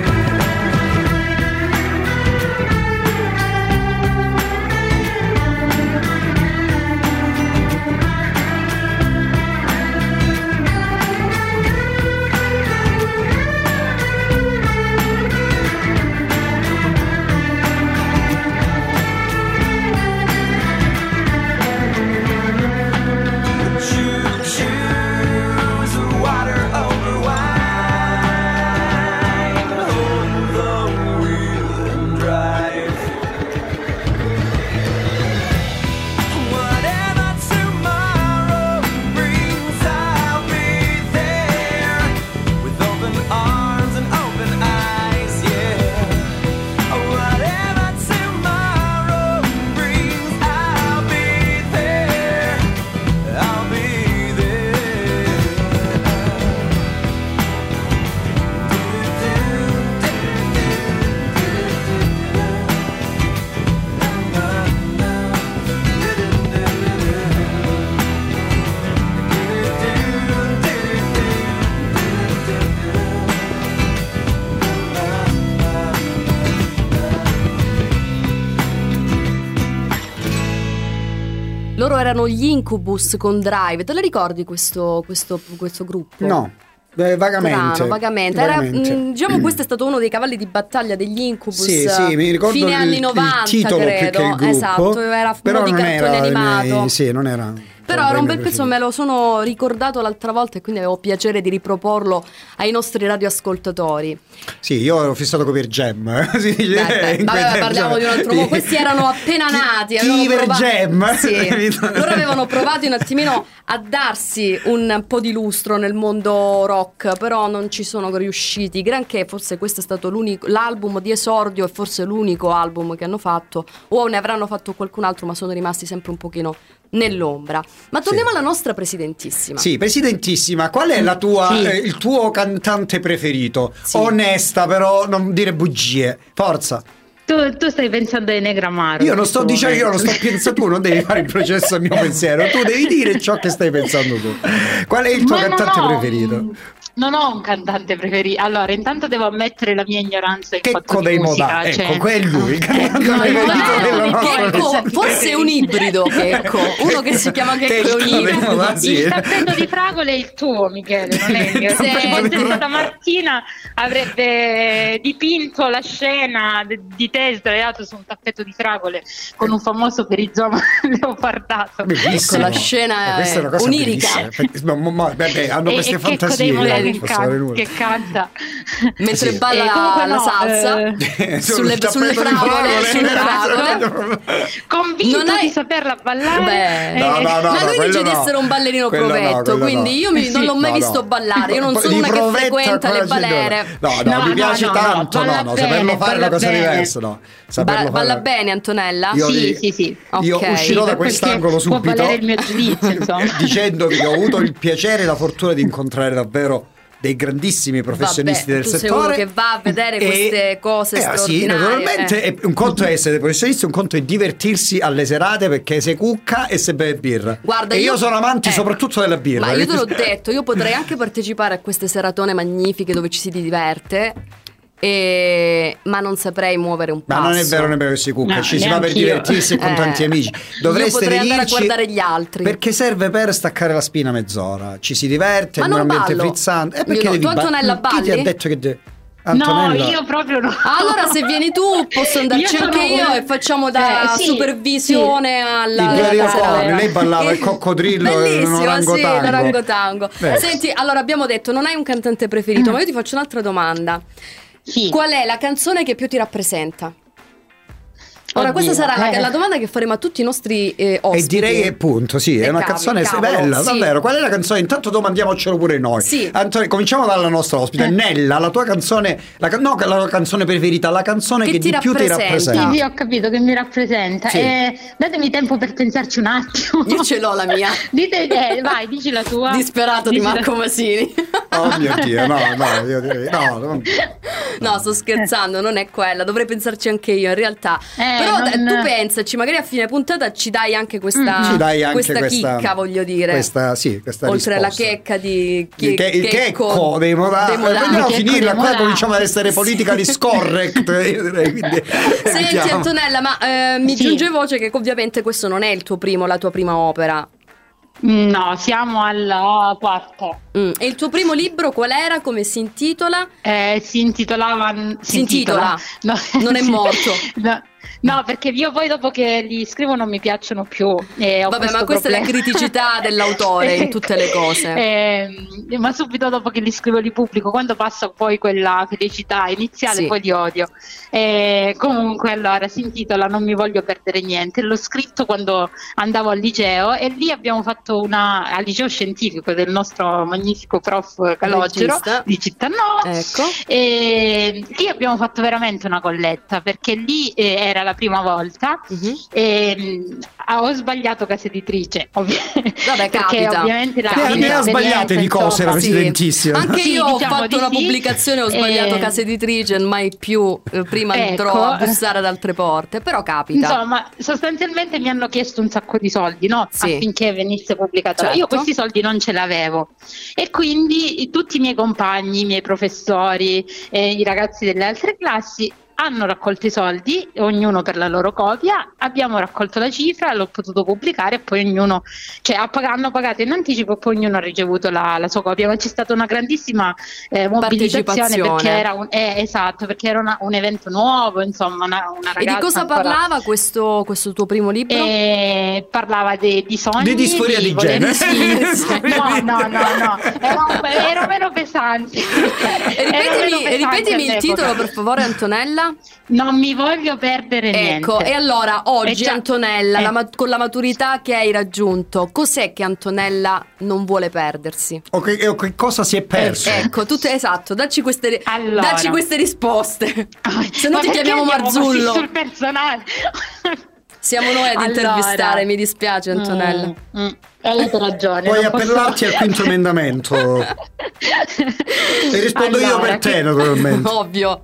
Would you choose water over wine? Hold the wheel and drive. Whatever tomorrow brings, I'll be there with open arms and open eyes, yeah. Whatever tomorrow brings, I'll be there, I'll be Loro erano gli Incubus con Drive. Te le ricordi questo, questo, questo gruppo? No, eh, vagamente. Strano, vagamente. Era, vagamente. mh, diciamo questo è stato uno dei cavalli di battaglia degli Incubus. Sì, sì, mi ricordo fine il, anni il novanta, titolo credo. più che il gruppo. Esatto, era però uno di non cartone era i animato. miei- sì, non era. Però era un bel pezzo, me lo sono ricordato l'altra volta e quindi avevo piacere di riproporlo ai nostri radioascoltatori. Sì, io ero fissato con Pearl Jam. Si dice Beh, beh, in quei vabbè, tempi, parliamo di un altro modo. Questi erano appena Chi- nati. chi avevano Pearl provato- Jam? Sì. Capito? Loro avevano provato un attimino a darsi un po' di lustro nel mondo rock, però non ci sono riusciti. Granché, forse questo è stato l'unico, l'album di esordio e forse l'unico album che hanno fatto, o ne avranno fatto qualcun altro, ma sono rimasti sempre un pochino nell'ombra. Ma torniamo Sì. alla nostra presidentissima. Sì, presidentissima, qual è la tua, Sì. eh, il tuo cantante preferito? Sì. Onesta, però non dire bugie. Forza. Tu, tu stai pensando ai Negramaro. Io in non sto questo dicendo, io non sto momento. pensando, tu non devi fare il processo al mio pensiero, tu devi dire ciò che stai pensando tu. Qual è il tuo Ma non cantante ho- preferito? Non ho un cantante preferito. Allora, intanto devo ammettere la mia ignoranza in fatto Checco di dei musica. Moda, ecco, cioè- quello è lui, il cantante Ecco, preferito non è della un nostra Checco, forse è un ibrido Checco, uno che si chiama Checco è un Checco dei ibrido. Moda, sì. Il tappeto di fragole è il tuo, Michele, non è il mio. Il Se tappeto di fosse fragole. stata Martina avrebbe dipinto la scena de- di te sdraiato su un tappeto di fragole con un famoso perizoma leopardato. Bellissimo. Ecco, la scena Ma questa è una cosa onirica. bellissima. Ma- ma- ma- Vabbè, hanno E- queste e Checco fantasie, dei Moda io non che, posso can- fare nulla. che canta. Mentre Sì. balla Eh, la, comunque la no, salsa eh, sulle, Sul sulle tappeto di fragole, sulle fragole. fragole. Convinto Non hai- di saperla ballare. Beh, eh, No, no, no, ma lui quello dice di no. essere un ballerino Quello no, provetto, quello quindi no. io mi- non l'ho mai No, visto no. ballare. Io non sono Di una che provetta frequenta le quasi balere. No, no, No, mi no, piace no, no, tanto, no, balla no, bene, saperlo fare è una balla cosa bene. diversa, no. Saperlo Ba- balla fare- bene Antonella? Io Sì, vi- sì, sì. Io Ok. uscirò da Perché quest'angolo può subito valere il mio giudizio, insomma. dicendovi che ho avuto il piacere e la fortuna di incontrare davvero dei grandissimi professionisti Vabbè, del tu sei settore uno che va a vedere e- queste cose eh, sì, straordinarie, naturalmente eh. è- un conto è essere professionisti, un conto è divertirsi alle serate perché se cucca e se beve birra. Guarda, e io, io- sono amante ecco. soprattutto della birra. Ma io te l'ho detto, io potrei anche partecipare a queste seratone magnifiche dove ci si diverte, e... ma non saprei muovere un Ma passo. non è vero nemmeno che si cucca, No, ci si va per neanche io. divertirsi e con Eh, tanti amici. Dovreste io potrei andare a venirci guardare gli altri. perché serve per staccare la spina mezz'ora. Ci si diverte, Ma è un non ambiente ballo. frizzante. E Io perché no. devi Tu, Antonella, ba- Chi ti ha balli? detto che de- No, Antonella? io proprio no. Allora se vieni tu posso andarci Io sono anche io una- e facciamo da Eh, sì, supervisione sì. alla I piedi alla- coni, alla- lei ballava il coccodrillo e Bellissimo, l'orangotango. sì, l'orangotango. Beh. Senti, allora abbiamo detto non hai un cantante preferito, ma io ti faccio un'altra domanda. Sì. Qual è la canzone che più ti rappresenta? Ora, Oddio, questa sarà la, eh. la domanda che faremo a tutti i nostri eh, ospiti. E direi che appunto, sì, è Eh, una cavi- canzone cavolo, bella, sì. davvero. Qual è la canzone? Intanto domandiamocelo pure noi. Sì. Antonio, cominciamo dalla nostra ospite. Nella, la tua canzone, la, ca- no, la tua canzone preferita, la canzone Che che, ti di più ti rappresenta. rappresenta. Sì, sì, ho capito che mi rappresenta. Sì. Eh, datemi tempo per pensarci un attimo. Io ce l'ho la mia. Dite, eh, vai, dici la tua. Disperato di Dici la- Marco Masini. Oh mio Dio, no, no, io direi, no, no. No, sto scherzando, non è quella, dovrei pensarci anche io in realtà. Eh, Però non- eh, tu pensaci, magari a fine puntata ci dai anche questa, Ci dai anche questa questa, chicca, voglio dire. Questa, sì, questa Oltre alla risposta. checca di chi- Il, che, il checco dei Moda. dei Modà. Vogliamo Checco finirla dei qua, Modà. cominciamo ad essere politically scorrect. Io direi, quindi, Senti evitiamo. Antonella, ma eh, mi Sì. giunge voce che ovviamente questo non è il tuo primo, la tua prima opera. No, siamo alla quarta. Mm. E il tuo primo libro qual era? Come si intitola? Eh, si intitolava. Si intitola? No, Non è sì. morto. No, no, perché io poi dopo che li scrivo non mi piacciono più. E ho Vabbè, questo ma questa è la problema. criticità dell'autore in tutte le cose. Eh, ma subito dopo che li scrivo li pubblico, quando passa poi quella felicità iniziale, Sì. poi li odio. Eh, comunque, allora si intitola Non mi voglio perdere niente. L'ho scritto quando andavo al liceo e lì abbiamo fatto una al liceo scientifico del nostro magnifico prof Calogero Regista. di Cittànuova. Ecco. E lì abbiamo fatto veramente una colletta perché lì eh, era la prima volta Mhm. e mh, ho sbagliato casa editrice, ovvi- Vabbè, perché capita. ovviamente la Capita. Ne, ne ha sbagliate di cose la Sì. presidentissima. Anche Sì, io ho diciamo fatto di una sì. pubblicazione, ho sbagliato Eh, casa editrice, mai più eh, prima andrò Ecco. a bussare ad altre porte, però capita. Insomma, sostanzialmente mi hanno chiesto un sacco di soldi, no? Sì. Affinché venisse pubblicata. Certo. Io questi soldi non ce l'avevo e quindi tutti i miei compagni, i miei professori, eh, i ragazzi delle altre classi hanno raccolto i soldi, ognuno per la loro copia, abbiamo raccolto la cifra, l'ho potuto pubblicare e poi ognuno, cioè ha pag- hanno pagato in anticipo e poi ognuno ha ricevuto la, la sua copia, ma c'è stata una grandissima eh, mobilitazione Partecipazione. perché era un, eh, esatto, perché era una- un evento nuovo, insomma, una, una E ragazza di cosa ancora- parlava questo, questo tuo primo libro? e parlava de- di sogni, Di disforia di voler- genere. sì. no no no no ero, ero meno pesante. E Ero meno ripetimi, pesante ripetimi il all'epoca. titolo per favore Antonella. Non mi voglio perdere Ecco, niente. e allora oggi Eh già, Antonella, eh. la ma- con la maturità che hai raggiunto, cos'è che Antonella non vuole perdersi? O che, o che cosa si è perso? Ecco, tu esatto, dacci queste, Allora. dacci queste risposte. Ah, Se no ma ti perché chiamiamo andiamo così Marzullo. sul personale. Siamo noi ad Allora. intervistare, mi dispiace Antonella. Mm, mm, avete ragione. Puoi non posso- appellarti al quinto emendamento. E rispondo io Allora, per te, che- naturalmente. Ovvio.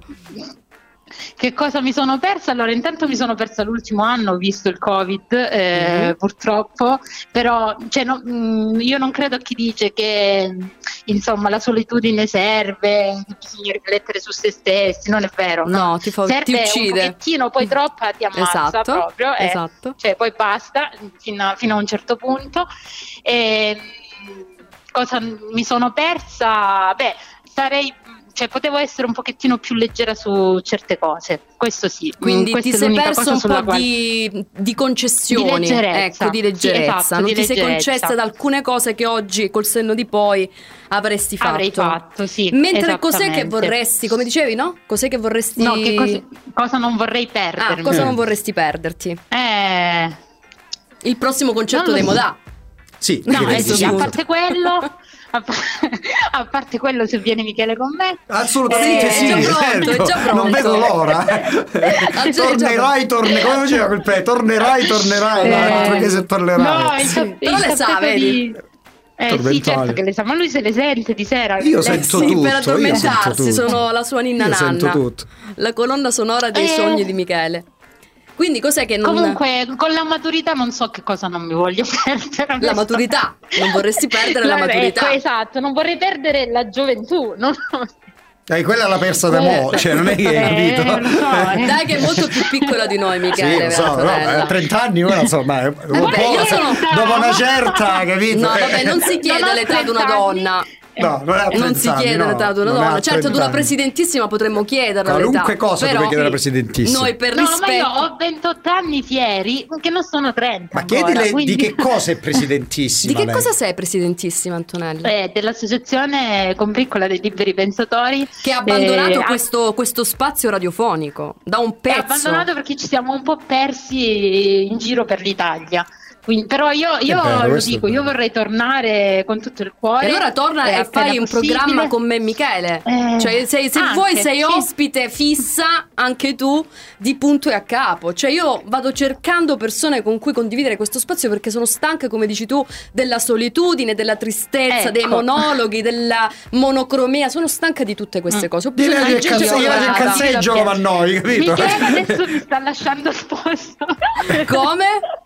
Che cosa mi sono persa? Allora, intanto mi sono persa l'ultimo anno, ho visto il Covid, eh, Mhm. purtroppo, però cioè, no, mh, io non credo a chi dice che mh, insomma la solitudine serve, che bisogna riflettere su se stessi, non è vero. No, ti fa- ti serve uccide. un pochettino, poi troppa ti ammazza Esatto, proprio, eh. esatto. Cioè poi basta fino a, fino a un certo punto. E, mh, cosa mi sono persa? Beh, sarei... Cioè, potevo essere un pochettino più leggera su certe cose, questo sì. Quindi questa ti è sei l'unica perso cosa un sulla po' quale- di, di concessioni, Di leggerezza. ecco, di leggerezza. Sì, esatto, non di ti sei leggerezza. concessa ad alcune cose che oggi col senno di poi avresti fatto. Avrei fatto, sì. Mentre cos'è che esattamente. vorresti, come dicevi, no? Cos'è che vorresti... No, che cosa, cosa non vorrei perdermi? Ah, cosa Eh. non vorresti perderti? Eh, Il prossimo concerto Non dei lo so. Modà. Sì, no, direi eh, di sì, sì. a sicuro. parte quello, a, pa- a parte quello, se viene Michele con me, Assolutamente Eh, sì, è già pronto, certo. è già pronto. Non vedo l'ora. già- tornerai, tornerai. Come diceva quel pe? Tornerai, tornerai. Eh, L'altro che se tornerai. no, il, Sì, tap- però il le sa, tappeto vedi? di... Eh sì, Tormentale. certo che le sa, ma lui se le sente di sera. Io le- sento Sì, tutto, per io sento addormentarsi, tutto. sono la sua ninna Io nanna. sento tutto. La colonna sonora dei Eh. sogni di Michele. Quindi cos'è che non... Comunque, con la maturità non so che cosa non mi voglio perdere. La maturità, non vorresti perdere la Vabbè, maturità. ecco, esatto, non vorrei perdere la gioventù. Non... Eh, quella l'ha persa da mo', cioè non è che hai Eh, capito. lo so, eh. Dai che è molto più piccola di noi Michele, Sì, lo vera so, no, sorella. a trenta anni ora insomma, un Vabbè, po', io sono- dopo una certa, capito? No, vabbè, non si chiede Non ho l'età di una trenta anni. donna. No, non è a Non trenta si anni, chiede no, l'età di una non è a donna. Certo, ad trenta una anni. presidentissima potremmo chiederla Qualunque l'età. cosa però puoi chiedere alla presidentissima. noi per No, ma rispetto... io ho ventotto anni fieri, che non sono trenta. Ma ancora, chiedile quindi- di che cosa è presidentissima. Di che lei. cosa sei presidentissima Antonella? Eh, dell'associazione Combriccola dei Liberi Pensatori. Che ha abbandonato Eh, ha- questo, questo spazio radiofonico da un È pezzo. abbandonato perché ci siamo un po' persi in giro per l'Italia. Quindi, però io, io vero, lo questo è dico, io vero. vorrei tornare con tutto il cuore. E allora torna eh, e appena fai un possibile. programma con me e Michele. Eh, Cioè, sei- se anche, vuoi sei sì. ospite fissa anche tu di Punto e a Capo. Cioè io vado cercando persone con cui condividere questo spazio perché sono stanca, come dici tu, della solitudine, della tristezza, Ecco. dei monologhi, della monocromia. Sono stanca di tutte queste cose. Ho bisogno Direi di che gente il cazzo- colorata. il cazzeggio come a noi, capito? Michele adesso mi sta lasciando sposto. Come?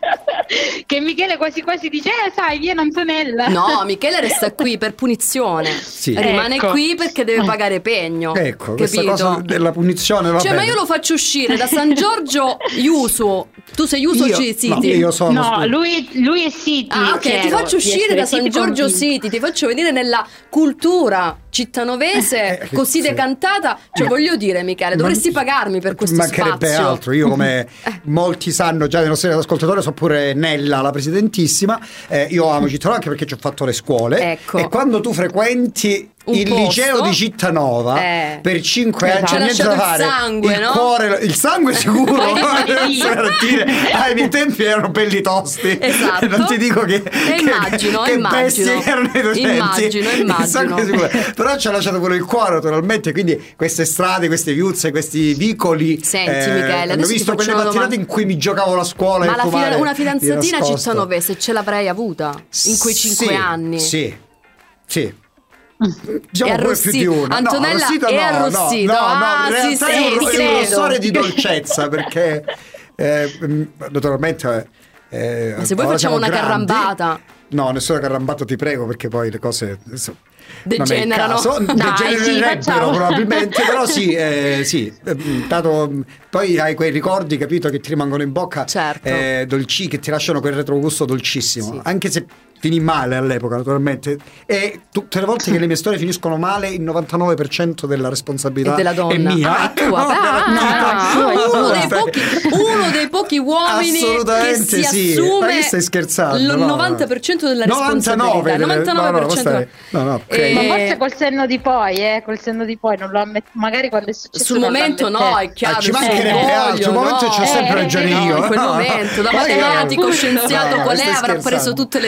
Che Michele quasi quasi dice, eh sai, vieni Antonella. No, Michele resta qui per punizione. Sì. Rimane Ecco. qui perché deve pagare pegno. Ecco, questa capito? cosa della punizione va Cioè, bene. ma io lo faccio uscire da San Giorgio Iuso. Tu sei Iuso Io- City? no, io sono No, lui, lui è City. Ah, ok, ti Piero, faccio di uscire essere da San City Giorgio convinto. City, ti faccio vedere nella cultura cittanovese Eh, così sì. decantata. Cioè, voglio dire, Michele, dovresti Ma- pagarmi per questo mancherebbe spazio. altro. Io, come molti sanno già dei nostri ascoltatori, so pure Nella, la presidentissima. Eh, io amo Cittanova anche perché ci ho fatto le scuole. Ecco. E quando tu frequenti Un il posto, liceo di Cittanova eh, per cinque esatto. anni Ci ha c'è niente da lasciato fare. il sangue, il no? cuore, il sangue sicuro. Poi non rimani lì. so garantire. Ai miei tempi erano belli tosti. Esatto. Non ti dico che, E che, immagino, che immagino. bestie che erano i docenti. Immagino, Il immagino. sangue sicuro. Però ci ha lasciato pure il cuore, naturalmente. Quindi queste strade, queste viuzze, questi vicoli. Senti, eh, Michele, hanno adesso ti visto faccio quelle una mattinate domanda. in cui mi giocavo la scuola. Ma e la tu fida- male, una di fidanzatina nascosto. cittanovese ce l'avrei avuta in quei cinque Sì, anni. Sì, sì. Diciamo È pure arrossito. più di una. Antonella no, arrossito è no, arrossito. No, no, no, Ah, in sì, realtà sì, è un, ti è credo. una storia di dolcezza perché eh, mh, naturalmente eh, Ma se vuoi ora facciamo siamo una grandi. carrambata. No, nessuna carrambata, ti prego, perché poi le cose adesso Degenerano. non è il caso. Dai, Degenererebbero sì, facciamo. probabilmente, però sì, eh, sì. eh, dato, mh, poi hai quei ricordi, capito, che ti rimangono in bocca, Certo. eh, dolci, che ti lasciano quel retrogusto dolcissimo, Sì. anche se finì male all'epoca, naturalmente. E tutte le volte che le mie storie finiscono male, il novantanove per cento della responsabilità E della donna. è mia. Ah, tua. Ah, ah, No, uno, dei stai- pochi, uno dei pochi uomini che Assolutamente si sì. Ma assume che stai scherzando? il No, no. novanta per cento della novantanove responsabilità. delle- novantanove per cento. no, no, no, no, ok. E- Ma forse col senno di poi, eh, col senno di poi non lo ammetto, magari quando è successo Sul non lo momento no, ammettete. è chiaro. Ah, ci sul mancherebbe orgoglio, altro, sul momento no. c'ho sempre Eh, ragione no, io. in quel No, momento, da ma io- matematico, appunto. scienziato No, qual è, stai avrà scherzando. preso tutte le misure per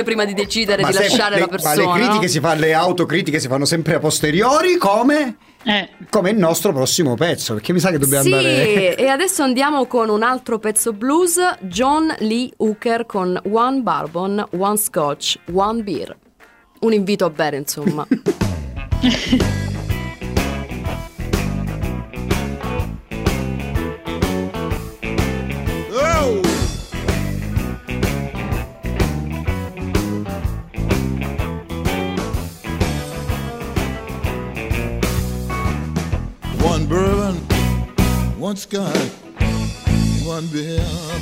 prima di decidere Ma di se- lasciare le, la persona. ma le critiche no? si fanno, le autocritiche si fanno sempre a posteriori, come? Eh. Come il nostro prossimo pezzo, perché mi sa che dobbiamo Sì, andare. e adesso andiamo con un altro pezzo blues, John Lee Hooker con One Bourbon, One Scotch, One Beer. Un invito a bere, insomma. Oh! One bourbon, one scotch, one beer.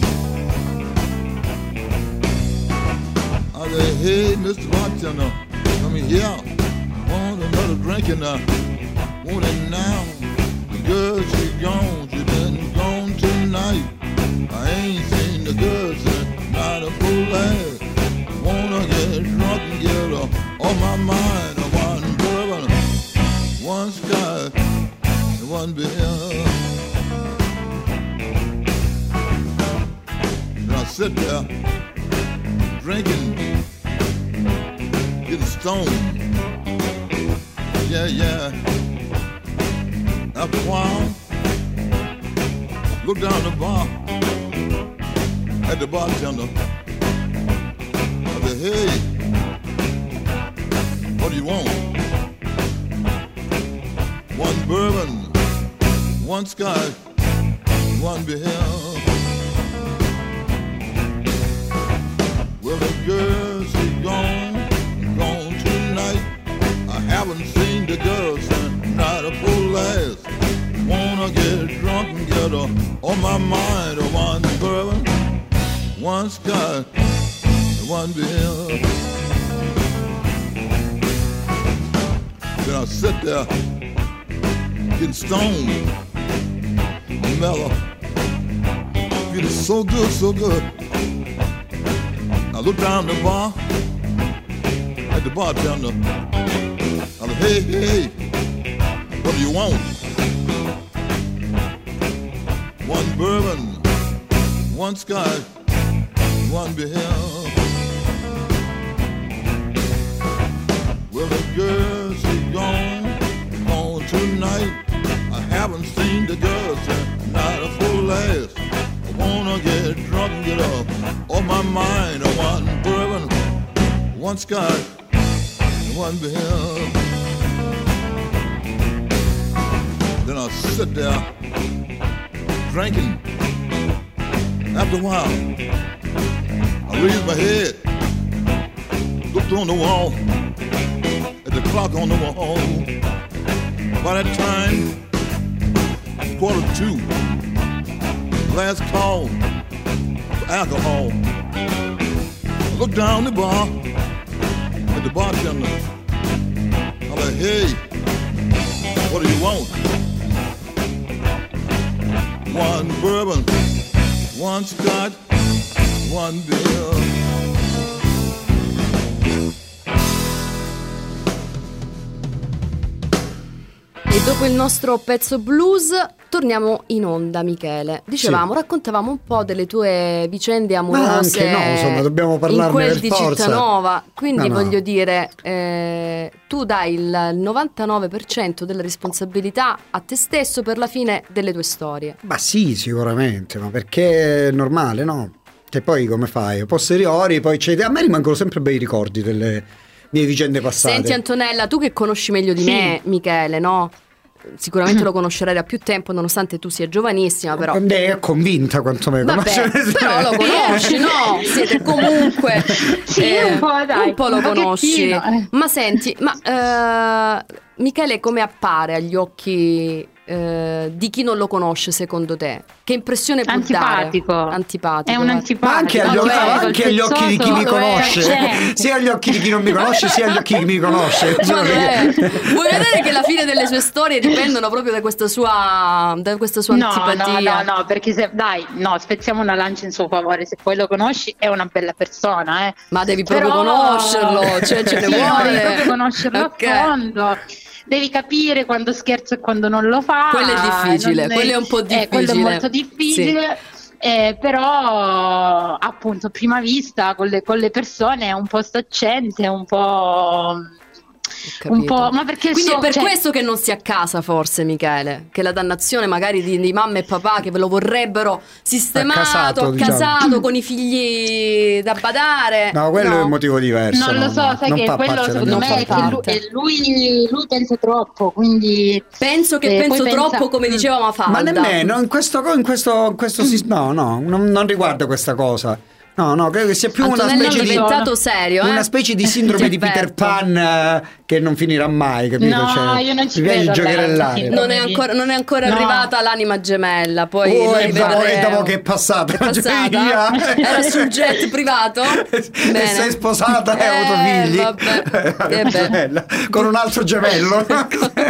I say, hey, Mister Bartender, come here. Want another drink and I want it now. The girl, she gone, she been gone tonight. I ain't seen the girl since not a full ass. Wanna get drunk and get her on my mind. One bourbon, one scotch, and one beer. And I sit there drinking, getting stoned. Yeah, yeah. After a while, look down the bar at the bartender. I said, hey, what do you want? One bourbon, one scotch, one beer. Well, the girl, she gone, gone tonight. I haven't seen the girl since not a full ass. Wanna get drunk and get her on my mind. One bourbon, one scotch, and one beer. Then I sit there, getting stoned, mellow, feeling so good, so good. I look down the bar at the bartender. I said, hey, hey, what do you want? One bourbon, one scotch, one beer. Well, the girl, she gone, gone tonight. I haven't seen the girl since not a full ass. I wanna get drunk and get up on my mind. One bourbon, one scotch, one beer. Then I sit there drinking. After a while, I raised my head, looked on the wall, at the clock on the wall. By that time, it's quarter to two. Last call for alcohol. I looked down the bar at the bartender. I said, hey, what do you want? One bourbon, one scotch, one beer. E dopo il nostro pezzo blues torniamo in onda, Michele. Dicevamo, Sì. raccontavamo un po' delle tue vicende amorose. Ma anche no, insomma, dobbiamo parlarne in quel per di forza. Cittanova. Quindi No, no. voglio dire, eh, tu dai il novantanove per cento della responsabilità a te stesso per la fine delle tue storie. Ma sì, sicuramente, ma perché è normale, no? Che poi come fai? A posteriori, poi c'è... A me rimangono sempre bei ricordi delle mie vicende passate. Senti Antonella, tu che conosci meglio di Sì. me, Michele, no? Sicuramente lo conoscerai da più tempo, nonostante tu sia giovanissima, però. Beh, è convinta quanto me Vabbè, conosce. però lo conosci, no? Siete comunque Sì, un po', dai, un po' lo un conosci. pochettino, eh. Ma senti, ma eh, Michele come appare agli occhi eh, di chi non lo conosce secondo te? Che impressione può Antipatico. dare? Antipatico. È un eh. antipatico. Ma anche agli, No, occhi, lo è, col anche agli occhi di chi mi pezzoso, lo è, conosce, accento. sia agli occhi di chi non mi conosce, sia agli occhi di chi mi conosce. Ma lo è. Vuoi vedere che la fine delle sue storie dipendono proprio da questa sua, da questa sua No, antipatia? no, no, no, perché se dai, no, spezziamo una lancia in suo favore. Se poi lo conosci, è una bella persona, eh. Ma devi proprio Però- conoscerlo, cioè ce ne Sì, no, vuole. devi proprio conoscerlo Ok. a fondo. Devi capire quando scherza e quando non lo fa. Quello è difficile, Non quello è un po' Eh, quello è difficile. molto difficile. Eh, però appunto a prima vista con le, con le persone è un po' staccente, un po'... un po', ma perché quindi so, è per cioè... questo che non si è a casa, forse, Michele, che la dannazione magari di, di mamma e papà che ve lo vorrebbero sistemato, Accasato, accasato, diciamo. con i figli da badare. No, quello No. è un motivo diverso. Non lo so, no, sai non che fa quello parte del secondo mio me è che fatto. lui, è lui, lui pensa troppo, quindi Penso che eh, penso poi troppo, pensa- come diceva Mafalda. Ma nemmeno in questo, in questo, in questo sis- no, no, non, non riguarda questa cosa. No, no, credo che sia più una Antonello specie è di diventato serio, eh? una specie di sindrome Ti di Peter avverto. Pan eh, che non finirà mai, capito? No, Cioè, io non ci mi piace credo alla giocherellare. sindrome. Non è ancora, non è ancora No. arrivata l'anima gemella. Poi Oh, noi e dopo, e vedremo. dopo che è passata, È passata? Era sul jet privato? E Bene. sei sposata e hai avuto Eh, figli. vabbè. Eh, Eh beh. gemella, con un altro gemello. Ma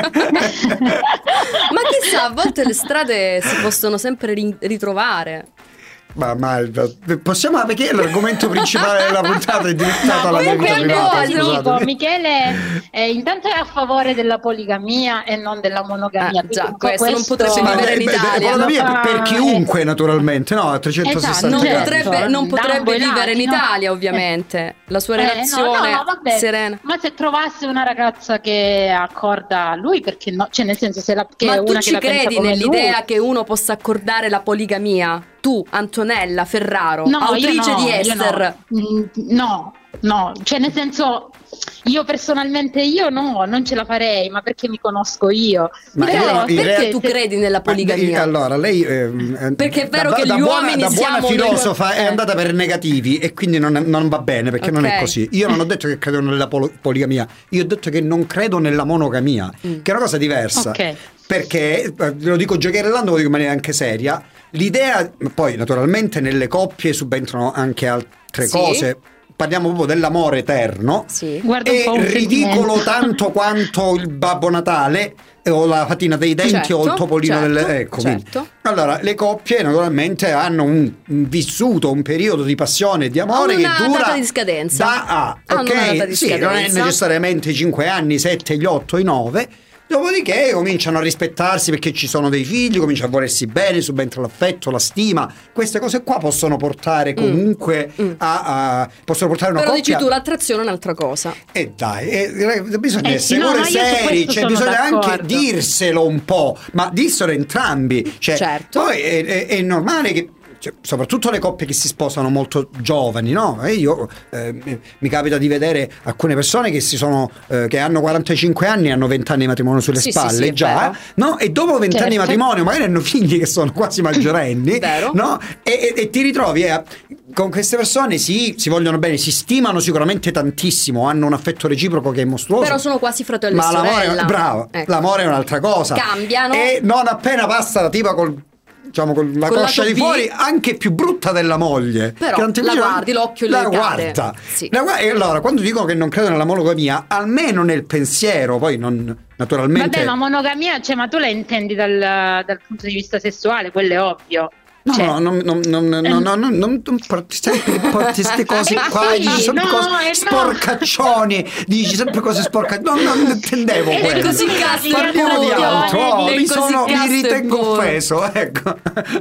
chissà, a volte le strade si possono sempre ri- ritrovare. Ma, ma possiamo, perché l'argomento principale della puntata è diventato la mia Comunque vita io privata. ti dico, scusate. Michele eh, intanto è a favore della poligamia e non della monogamia. Ah, già, Quindi un po' questo non potrebbe Ma, vivere eh, in beh, Italia. economia Lo fa- per chiunque, naturalmente, no? A trecentosessanta Esatto, Non gradi. certo. potrebbe, non Da potrebbe ambo i vivere in lati, no? Italia, ovviamente. La sua Eh, no, relazione no, no, vabbè. serena. Ma se trovasse una ragazza che accorda a lui, perché no? Cioè, nel senso, se la, che Ma è tu una che ci la pensa credi come nell'idea lui. che uno possa accordare la poligamia? Tu, Antonella Ferraro, No, autrice io no, di io Esther. No. Mm, no, no, cioè nel senso io personalmente io no, non ce la farei, ma perché mi conosco io. Ma Però io- in perché realtà- tu credi nella Ma, poligamia? eh, Allora, lei ehm, Perché è vero da, che da gli buona, uomini da buona siamo filosofa noi- è eh. andata per negativi e quindi non, non va bene, perché non è Ok. così. Io non ho detto che credo nella polo- poligamia, io ho detto che non credo nella monogamia, Mm. che è una cosa diversa. Ok. Perché, eh, lo dico giocherellando, lo dico in maniera anche seria, l'idea, poi naturalmente nelle coppie subentrano anche altre Sì. cose. Parliamo proprio dell'amore eterno. Sì. Guarda un È po' un ridicolo sentimento. tanto quanto il Babbo Natale eh, o la fatina dei denti Certo, o il topolino certo, delle ecco, quindi. certo. Allora le coppie naturalmente hanno un, un vissuto un periodo di passione e di amore Hanno che una dura data di scadenza. da a Hanno ok? una data di Sì, non è scadenza. necessariamente i cinque anni, i sette, gli otto, i nove. Dopodiché cominciano a rispettarsi perché ci sono dei figli, cominciano a volersi bene, subentra l'affetto, la stima. Queste cose qua possono portare comunque Mm. a, a possono portare una Però coppia. dici tu, l'attrazione è un'altra cosa. E dai, eh, bisogna Eh essere sì, no, pure ma io su seri, questo cioè sono bisogna anche d'accordo. dirselo un po', ma dirselo entrambi. Cioè, Certo. Poi è, è- è normale che, cioè, soprattutto le coppie che si sposano molto giovani, no? E io eh, mi- mi capita di vedere alcune persone che si sono eh, che hanno quarantacinque anni e hanno venti anni di matrimonio sulle Sì, sì, spalle sì, è già, vero. no? E dopo venti anni di Certo. matrimonio magari hanno figli che sono quasi maggiorenni, Vero. no? E, e- e ti ritrovi eh, con queste persone, sì, si vogliono bene, si stimano sicuramente tantissimo, hanno un affetto reciproco che è mostruoso. Però sono quasi fratello Ma e l'amore, sorella. bravo, Ecco. l'amore è un'altra cosa. Cambiano. E non appena passa la tipa col diciamo con la Col coscia lato di B. fuori, anche più brutta della moglie. Però che non ti la piace- guardi, l'occhio la le cade. guarda. Sì. La gua- e allora, quando dicono che non credono nella monogamia, almeno nel pensiero, poi non naturalmente. Vabbè, ma monogamia, cioè, ma tu la intendi dal, dal punto di vista sessuale, quello è ovvio. No, Cioè, no, non, non, non, non, non, non, non, non porti sempre porti queste cose Eh qua, sì, dici sempre no, cose eh no. sporcaccioni, dici sempre cose sporcaccioni. No, non intendevo E quello. così casto Parliamo di puro. altro, oh, E mi, così sono, mi casto e ritengo puro. offeso, ecco.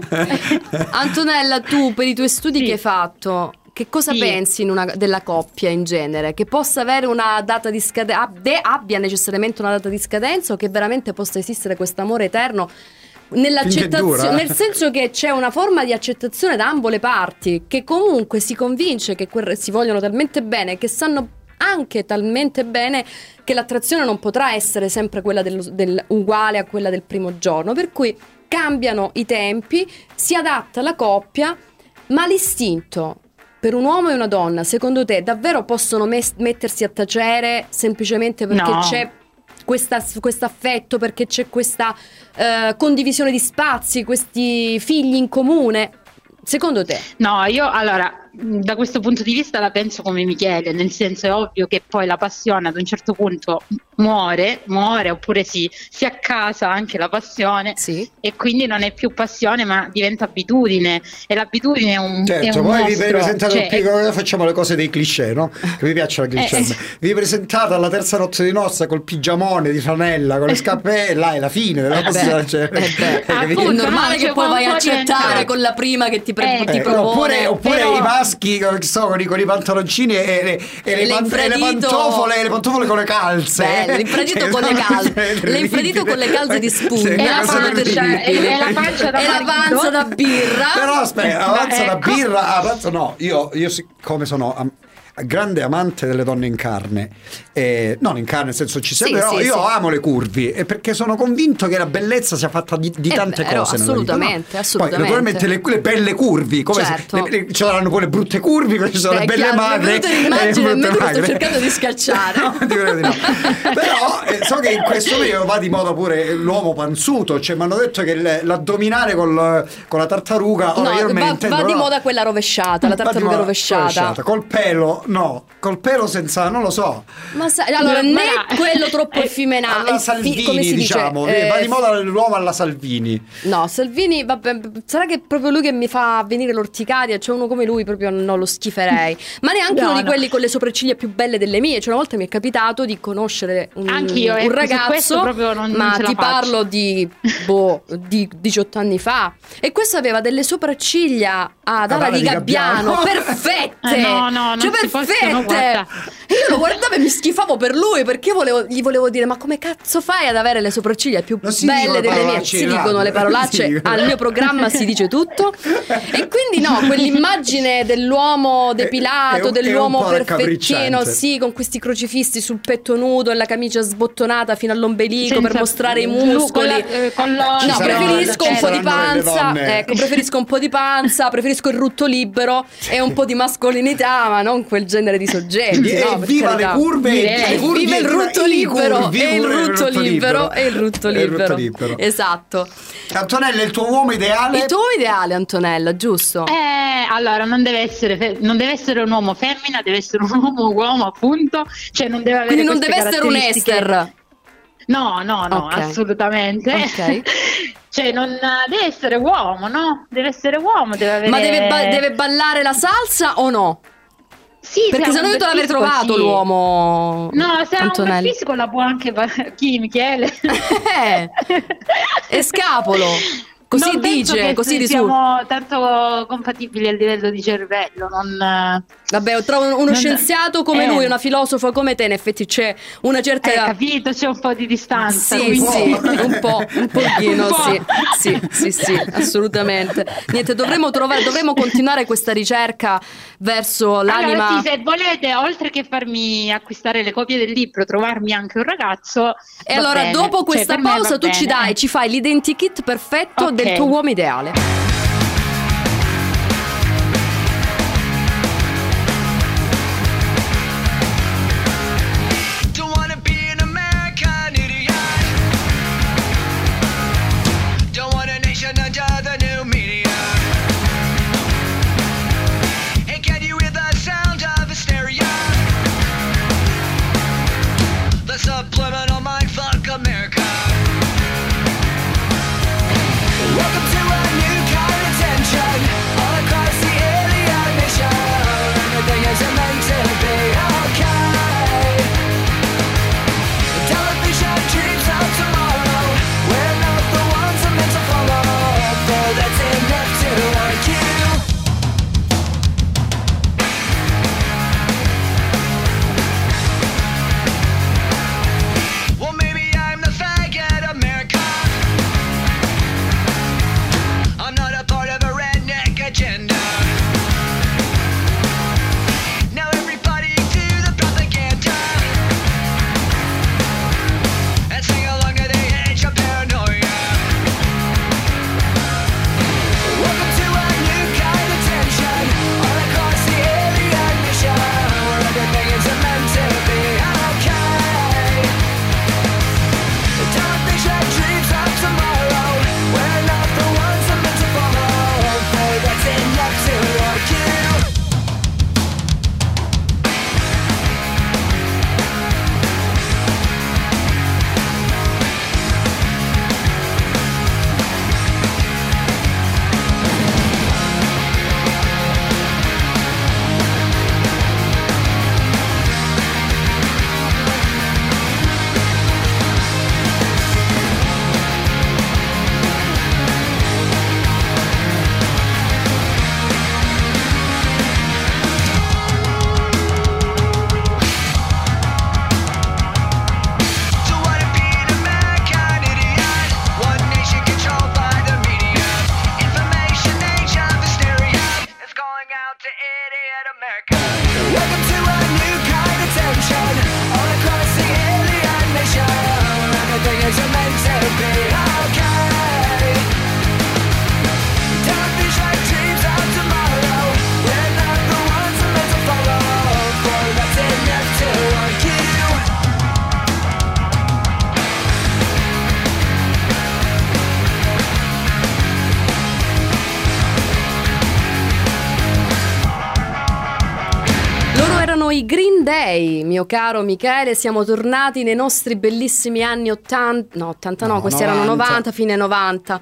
Antonella, tu per i tuoi studi Sì. che hai fatto, che cosa Sì. pensi in una- della coppia in genere? Che possa avere una data di scadenza, abbia necessariamente una data di scadenza o che veramente possa esistere questo amore eterno? Finché dura, Nell'accettazione, eh. nel senso che c'è una forma di accettazione da ambo le parti, che comunque si convince che quel- si vogliono talmente bene, che sanno anche talmente bene che l'attrazione non potrà essere sempre quella del, del- uguale a quella del primo giorno, per cui cambiano i tempi, si adatta la coppia, ma l'istinto per un uomo e una donna, secondo te, davvero possono mes- mettersi a tacere semplicemente perché No. c'è questa, questo affetto, perché c'è questa eh, condivisione di spazi, questi figli in comune? Secondo te? no, io allora da questo punto di vista la penso come Michele, nel senso è ovvio che poi la passione ad un certo punto muore, muore oppure si, si accasa anche la passione, Sì. e quindi non è più passione ma diventa abitudine, e l'abitudine è un, è Certo, un poi vi mostro, presentate cioè, un piccolo, facciamo le cose dei cliché, no? Che mi piacciono i cliché. Eh, Vi presentate alla terza notte di nozze col pigiamone di flanella, con le scarpe, e là è la fine della Eh beh, passione. Cioè, eh beh. capito? È Appunto, normale no, che cioè, poi vai a quando accettare gente- con la prima che ti, pre- Eh, ti Eh, propone. oppure oppure Però- i maschi che so, con, i, con i pantaloncini e le, e le, pan- e le L'infradito- pantofole, le pantofole con le calze. Bello, l'infradito Cioè, con le calze. terribile. L'infradito con le calze di spunta. Sì, E la una cosa pancia, terribile. e- e la pancia da E la marito. panza da birra. Però aspetta, avanza Ma la ecco. birra, avanza, no, io, io siccome sono am- grande amante delle donne in carne, eh, non in carne nel senso ci sia, Sì, però sì, io sì. amo le curvi, e perché sono convinto che la bellezza sia fatta di, di È tante vero, cose nella vita, assolutamente, no? assolutamente. Poi naturalmente le, le belle curvi, come Certo. se, le, le, ci saranno pure le brutte curvi, come ci sono Beh, le belle chiaro, mi è magre venuto in e immagine, le brutte mentre sto magre. cercando di scacciare. No, ti prego di no. Però eh, so che in questo periodo va di moda pure l'uomo panzuto, cioè mi hanno detto che il- l'addominale col, con la tartaruga, ora No, io me ne va, intendo, va di no? moda quella rovesciata, la Va di tartaruga moda rovesciata. Col pelo, no, col pelo senza, non lo so. Ma sai, allora, Ma- né ma- quello troppo eh, effeminato, Alla Salvini, come si diciamo, dice? va Eh, di moda l'uomo alla Salvini. No, Salvini, vabbè, sarà che è proprio lui che mi fa venire l'orticaria, cioè uno come lui proprio non lo schiferei. Ma neanche No, uno di no. quelli con le sopracciglia più belle delle mie. Cioè una volta mi è capitato di conoscere un, Anch'io, un ecco, su ragazzo, questo proprio non- non ma ce la ti faccio. parlo di, boh, di diciotto anni fa. E questo aveva delle sopracciglia ad ala di gabbiano, perfette. Eh, no, no, non cioè si possono, perfette. guarda. E io lo guardavo e mi schifavo per lui, perché io volevo, gli volevo dire: ma come cazzo fai ad avere le sopracciglia più Non si belle dicono delle mie? parolacce Si in dicono radio. le parolacce, Si dicono. al mio programma si dice tutto. E quindi no, quell'immagine dell'uomo depilato, è un- è un dell'uomo po' perfettino, raccapricciante. sì, con questi crocifissi sul petto nudo e la camicia sbottonata fino all'ombelico per Senza- mostrare i lu- muscoli. con la- eh, con l'olio. Ci No, saranno- preferisco ci un po' di saranno delle panza, donne. ecco, preferisco un po' di panza, preferisco il rutto libero e un po' di mascolinità, ma non quel genere di soggetti. E no, per viva le carità. curve, Direi. le curve, Viva il e rutto i libero curvi, e il pure rutto libero e il rutto E il libero. libero. Esatto. Antonella, il tuo uomo ideale? Il tuo ideale, Antonella, giusto? Eh, allora non deve essere fe- non deve essere un uomo femmina, deve essere un uomo uomo, appunto, cioè non deve avere Quindi non queste deve essere un caratteristiche- Esther. No, no, no, Ok. assolutamente. Ok. Cioè non deve essere uomo, no? Deve essere uomo, deve avere Ma deve, ba- deve ballare la salsa o no? Sì, se Perché ha se no un io te bel l'avrei fisico, trovato sì. l'uomo. No, se ha un Antonella. bel fisico la può anche fa- chi, Michele? Eh, è scapolo. Così Non penso dice, che così di su. siamo tanto compatibili a livello di cervello, non Vabbè, trovo uno Non- scienziato come eh. lui, una filosofo come te, in effetti c'è una certa... hai capito, c'è un po' di distanza. Sì, quindi- sì, un po', un pochino, Un po'. sì, sì, sì, sì, assolutamente. Niente, dovremmo trovare, dovremmo continuare questa ricerca verso l'anima. Allora, sì, se volete, oltre che farmi acquistare le copie del libro, trovarmi anche un ragazzo. E va allora, bene. dopo Cioè, questa per me pausa, va tu ci bene. dai, ci fai l'identikit perfetto Ok. del tuo uomo ideale. Don't wanna be an American idiot. Don't want a nation under the new media. And can you hear the sound of hysteria? The subliminal mindfuck America. Welcome to a new kind Erano i Green Day, mio caro Michele, siamo tornati nei nostri bellissimi anni ottanta, no ottanta no, No, questi novanta. erano novanta, fine novanta.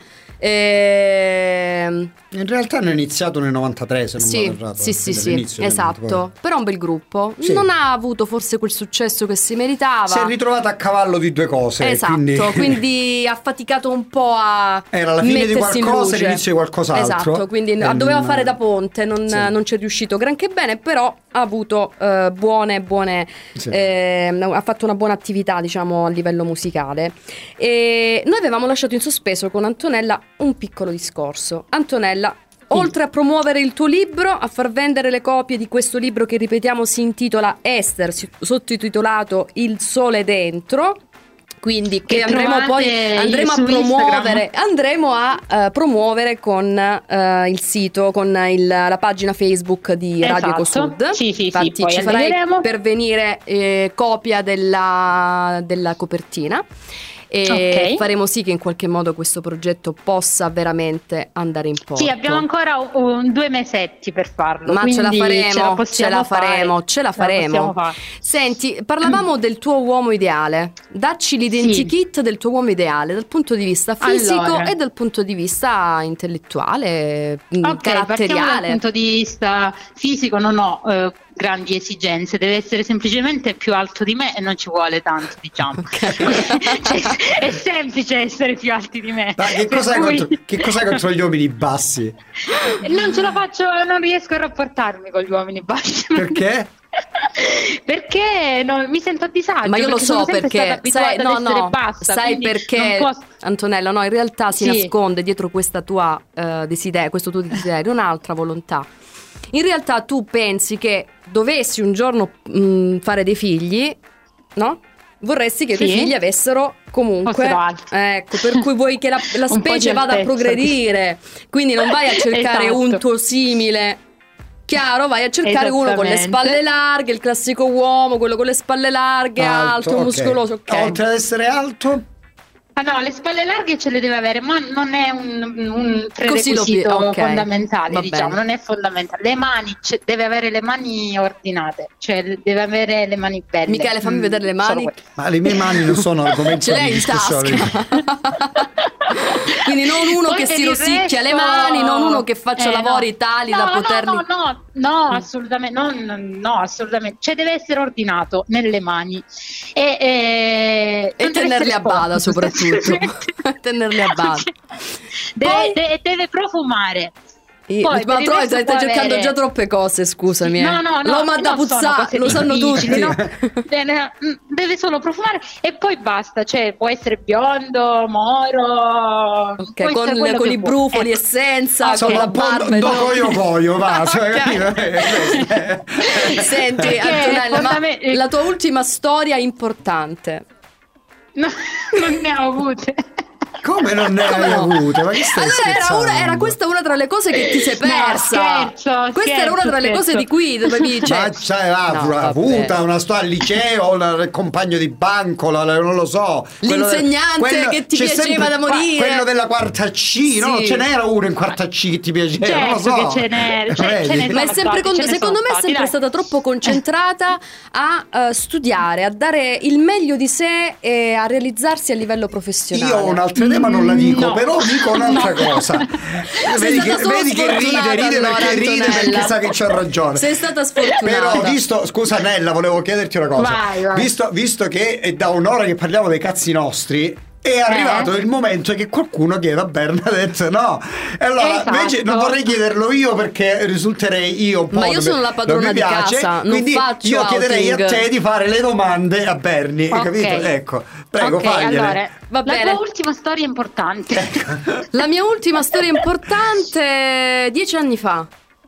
Ehm, In realtà hanno iniziato nel novantatré, se non sì, vado errato. sì, sì, quindi sì, all'inizio del esatto. novanta, Però un bel gruppo. Sì. Non ha avuto forse quel successo che si meritava. si è ritrovata a cavallo di due cose. Esatto, quindi, quindi ha faticato un po' a era la fine di mettersi in qualcosa e luce. l'inizio di qualcos'altro. Esatto, quindi E doveva non- fare da ponte, non, Sì. non ci è riuscito granché bene, però ha avuto eh, buone, buone Sì. eh, ha fatto una buona attività, diciamo, a livello musicale. E noi avevamo lasciato in sospeso con Antonella un piccolo discorso. Antonella, oltre a promuovere il tuo libro, a far vendere le copie di questo libro che, ripetiamo, si intitola Esther, si- sottotitolato Il sole dentro, quindi che, Che andremo poi trovate andremo a su promuovere Instagram. andremo a eh, promuovere con eh, il sito, con il- la pagina Facebook di Radio Esatto. Ecosud. Sì, sì, sì, Infatti poi ci farai allevieremo. pervenire eh, copia della, della copertina. E Ok. faremo sì che in qualche modo questo progetto possa veramente andare in porto. Sì, abbiamo ancora un- un- due mesetti per farlo. Ma ce la quindi faremo, ce la ce possiamo la faremo, fare. ce la possiamo faremo. fare. Senti, parlavamo del tuo uomo ideale. Dacci l'identikit del tuo uomo ideale dal punto di vista fisico Allora. e dal punto di vista intellettuale, mh, Ok, partiamo dal caratteriale. punto di vista fisico, non ho eh, grandi esigenze, deve essere semplicemente più alto di me e non ci vuole tanto, diciamo. Cioè, è semplice essere più alti di me. Ma che Per cos'hai, cui- contro, che cos'hai contro gli uomini bassi? Non ce la faccio, non riesco a rapportarmi con gli uomini bassi. Perché? Perché non- mi sento a disagio. Ma io lo perché so sono sempre perché, stata abituata sai, ad no, essere no, bassa, sai quindi perché, non posso- Antonella, no, in realtà si Sì. nasconde dietro questa tua eh, desiderio, questo tuo desiderio, un'altra volontà. In realtà tu pensi che dovessi un giorno mh, fare dei figli, no? Vorresti che i tuoi Sì. figli avessero comunque, Fossero alti. ecco, per cui vuoi che la, la Un po' di specie vada a altezza. progredire, quindi non vai a cercare Esatto. un tuo simile. Chiaro, vai a cercare uno con le Esattamente. spalle larghe, il classico uomo, quello con le spalle larghe, alto, ok. muscoloso, ok. Oltre ad essere alto, Ah no, le spalle larghe ce le deve avere, ma non è un, un Così lo prerequisito pi- ok, fondamentale, va diciamo, bene. non è fondamentale. Le mani, ce- deve avere le mani ordinate, cioè deve avere le mani belle. Michele, fammi Mm, vedere le solo mani. quello. ma le mie mani non sono argomento Ce l'hai di in discussione. tasca. Quindi non uno Poi che per si il rosicchia le resto- mani, non uno che faccia Eh, no. lavori tali No, da no, poterli. No, no, no, assolutamente, non- no, assolutamente. Cioè deve essere ordinato nelle mani e, e, E non deve tenerli essere a bada sporco, soprattutto. sostanzialmente. Tenerli a bada. Deve, Poi- deve- deve profumare. Io- Poi, ma per il trovi, resto stai può cercando avere- già troppe cose, scusami. eh. No, no, no, L'uomo ha da non sono puzzare, cose lo sanno difficili, tutti. no? Deve, deve solo profumare e poi basta, cioè può essere biondo, moro, Ok, può con, essere quello con che i vuoi. brufoli Ecco. e senza, con Insomma, la un po' barba. e do tutto. coio coio, va. Cioè, Ok. capito? Senti, Perché Antonella, ma fondament- la tua ultima storia importante. No, non ne ho avute. Come non ne Come hai no? avute? Ma che stai Allora era, scherzando? una, era questa una tra le cose che ti sei No, persa. scherzo, Questa era una scherzo, tra le cose scherzo. di cui dovevi cioè, Ma c'hai No, avuta vabbè. una storia al liceo, la- il compagno di banco, la- la- non lo so. quello del- L'insegnante che ti c'è piaceva sempre da morire. qua- Quello della quarta C, no? Sì. Ce n'era uno in quarta C che ti piaceva, non lo Certo so. che ce n'era, ce- Vedi? ce ne Ma è sono sempre stati, con- ce ne secondo sono me è stati, sempre dai. stata troppo concentrata a eh, studiare, a dare il meglio di sé e a realizzarsi a livello professionale. Io ho un'altra idea, ma non la dico, No. però dico un'altra cosa. Vedi stata che, solo vedi che ride, sfortunata, ride allora, perché ride Antonella. perché sa che c'ho ragione. Sei stata sfortunata. Però visto, scusa Nella, volevo chiederti una cosa. Vai, vai. Visto, visto che è da un'ora che parliamo dei cazzi nostri, è arrivato il momento che qualcuno chiede a Bernadette no. E allora Esatto. invece non vorrei chiederlo io perché risulterei io un po'. Ma io non sono mi- la padrona non mi di piace, casa, non quindi faccio io chiederei a outing. te di fare le domande a Bernie, Ok. capito? Ecco, prego, Ok, fagliele. allora, Va la bene. tua ultima storia importante. La mia ultima storia importante dieci anni fa.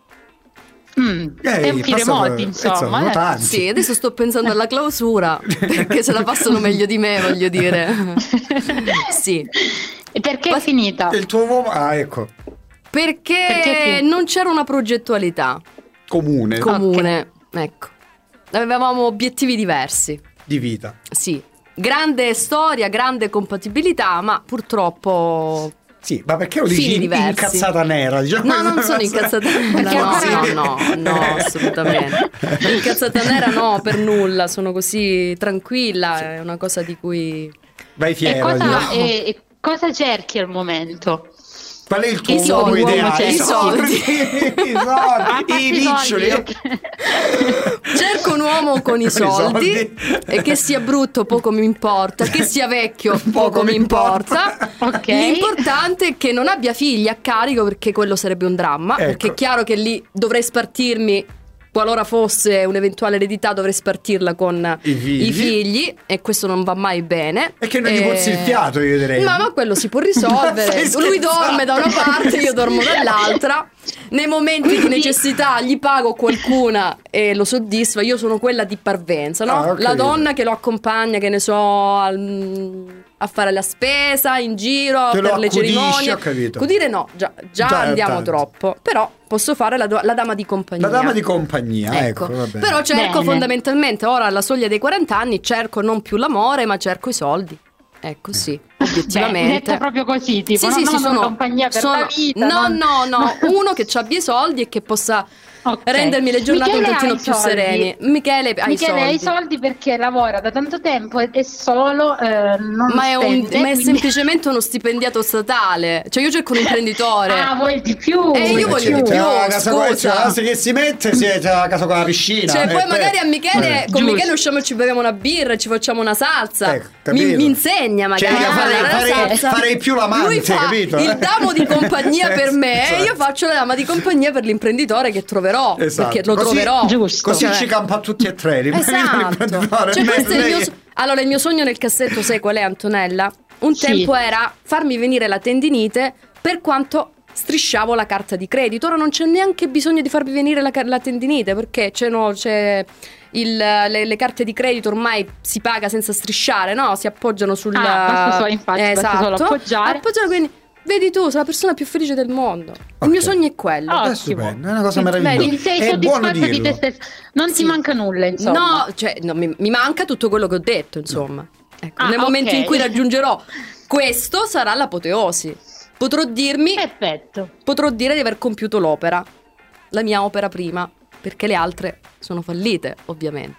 Mm, Ehi, tempi passa- remoti, eh, insomma. sono eh. tanti. Sì, adesso sto pensando alla clausura perché se la passano meglio di me, voglio dire. Sì. E perché Ma- è finita? Il tuo uomo, ah ecco, Perché, Perché sì. non c'era una progettualità comune comune, ecco. Avevamo obiettivi diversi. di vita. Sì. Grande storia, grande compatibilità, ma purtroppo Sì, ma perché lo Fini dici in- diversi. incazzata nera? Diciamo, No, non sono incazzata nera, no, no, no, no, assolutamente. Incazzata nera no, per nulla, sono così tranquilla, è una cosa di cui... Vai E fiera. cosa, diciamo. e- e cosa cerchi al momento? Qual è il tuo I soldi, uomo uomo, ideale? cioè, i soldi. I Ah, soldi, i riccioli. soldi, Cerco un uomo con i Con i soldi, soldi. e che sia brutto poco mi importa, che sia vecchio Poco poco mi mi importa. Ok. L'importante è che non abbia figli a carico, perché quello sarebbe un dramma, Ecco. perché è chiaro che lì dovrei spartirmi. Qualora fosse un'eventuale eredità, dovrei spartirla con I figli. i figli, e questo non va mai bene. E che non gli Eh, pozzi il fiato, io direi. Ma, ma quello si può risolvere. Stai Lui scherzando? dorme da una parte, io dormo dall'altra. Nei momenti di Quindi- necessità gli pago qualcuna e lo soddisfa. Io sono quella di parvenza, no? Ah, ho La capito. donna che lo accompagna, che ne so, al- a fare la spesa in giro, Che lo per le accudisce, cerimonie. ho capito. Accudire no, già, già Già è andiamo tanto. troppo. Però posso fare la, do- la dama di compagnia. La dama di compagnia, ecco, Ecco, va bene. però cerco Bene. fondamentalmente ora alla soglia dei quaranta anni, cerco non più l'amore, ma cerco i soldi. Ecco, sì, Beh, obiettivamente. detto proprio così, tipo, Sì, no, sì, no, sì, non sono, compagnia per sono- la vita. no, non- no, no, uno che abbia i soldi e che possa Ok. rendermi le giornate Michele un ha pochino i più soldi. sereni. Michele ha i Michele soldi. ha i soldi perché lavora da tanto tempo ed è solo, eh, non Ma è, un- spende, ma è quindi- semplicemente uno stipendiato statale. Cioè io cerco un imprenditore. Ah, vuoi di più? Eh, io voglio C'è di più, la casa con- scusa. c'è la casa che si mette, si- c'è la casa con la piscina. Cioè, eh, poi te- magari a Michele, Eh. con Giusto. Michele usciamo e ci beviamo una birra e ci facciamo una salsa. Ecco, capito. mi, mi insegna magari Cioè, a farei- fare la farei- salsa. farei più l'amante, Lui fa capito? il damo di compagnia per me, Esatto. e io faccio la dama di compagnia per l'imprenditore che troverò. Esatto. Perché lo Così- troverò. Giusto. Così Cioè- ci campa tutti e tre. Esatto. Cioè, questo è il mio so- allora, il mio sogno nel cassetto, sai qual è, Antonella? Un Sì. tempo era farmi venire la tendinite per quanto strisciavo la carta di credito. Ora non c'è neanche bisogno di farmi venire la, ca- la tendinite, perché c'è, no, c'è il- le, le carte di credito ormai si paga senza strisciare, no? Si appoggiano sul... Ah, basta solo- infatti, basta esatto. solo appoggiare. Appoggiare, quindi vedi tu, sei la persona più felice del mondo. Il mio sogno è quello. Oh, È Ottimo. stupendo, è una cosa Vedi, meravigliosa. Quindi sei È buono soddisfatto di dirlo. te stesso. Non Sì. ti manca nulla, insomma. No, cioè, no, mi, mi manca tutto quello che ho detto, insomma. Ecco, Ah, nel momento ok. in cui raggiungerò questo, sarà l'apoteosi. Potrò dirmi, Perfetto. potrò dire di aver compiuto l'opera, la mia opera prima, perché le altre sono fallite, ovviamente.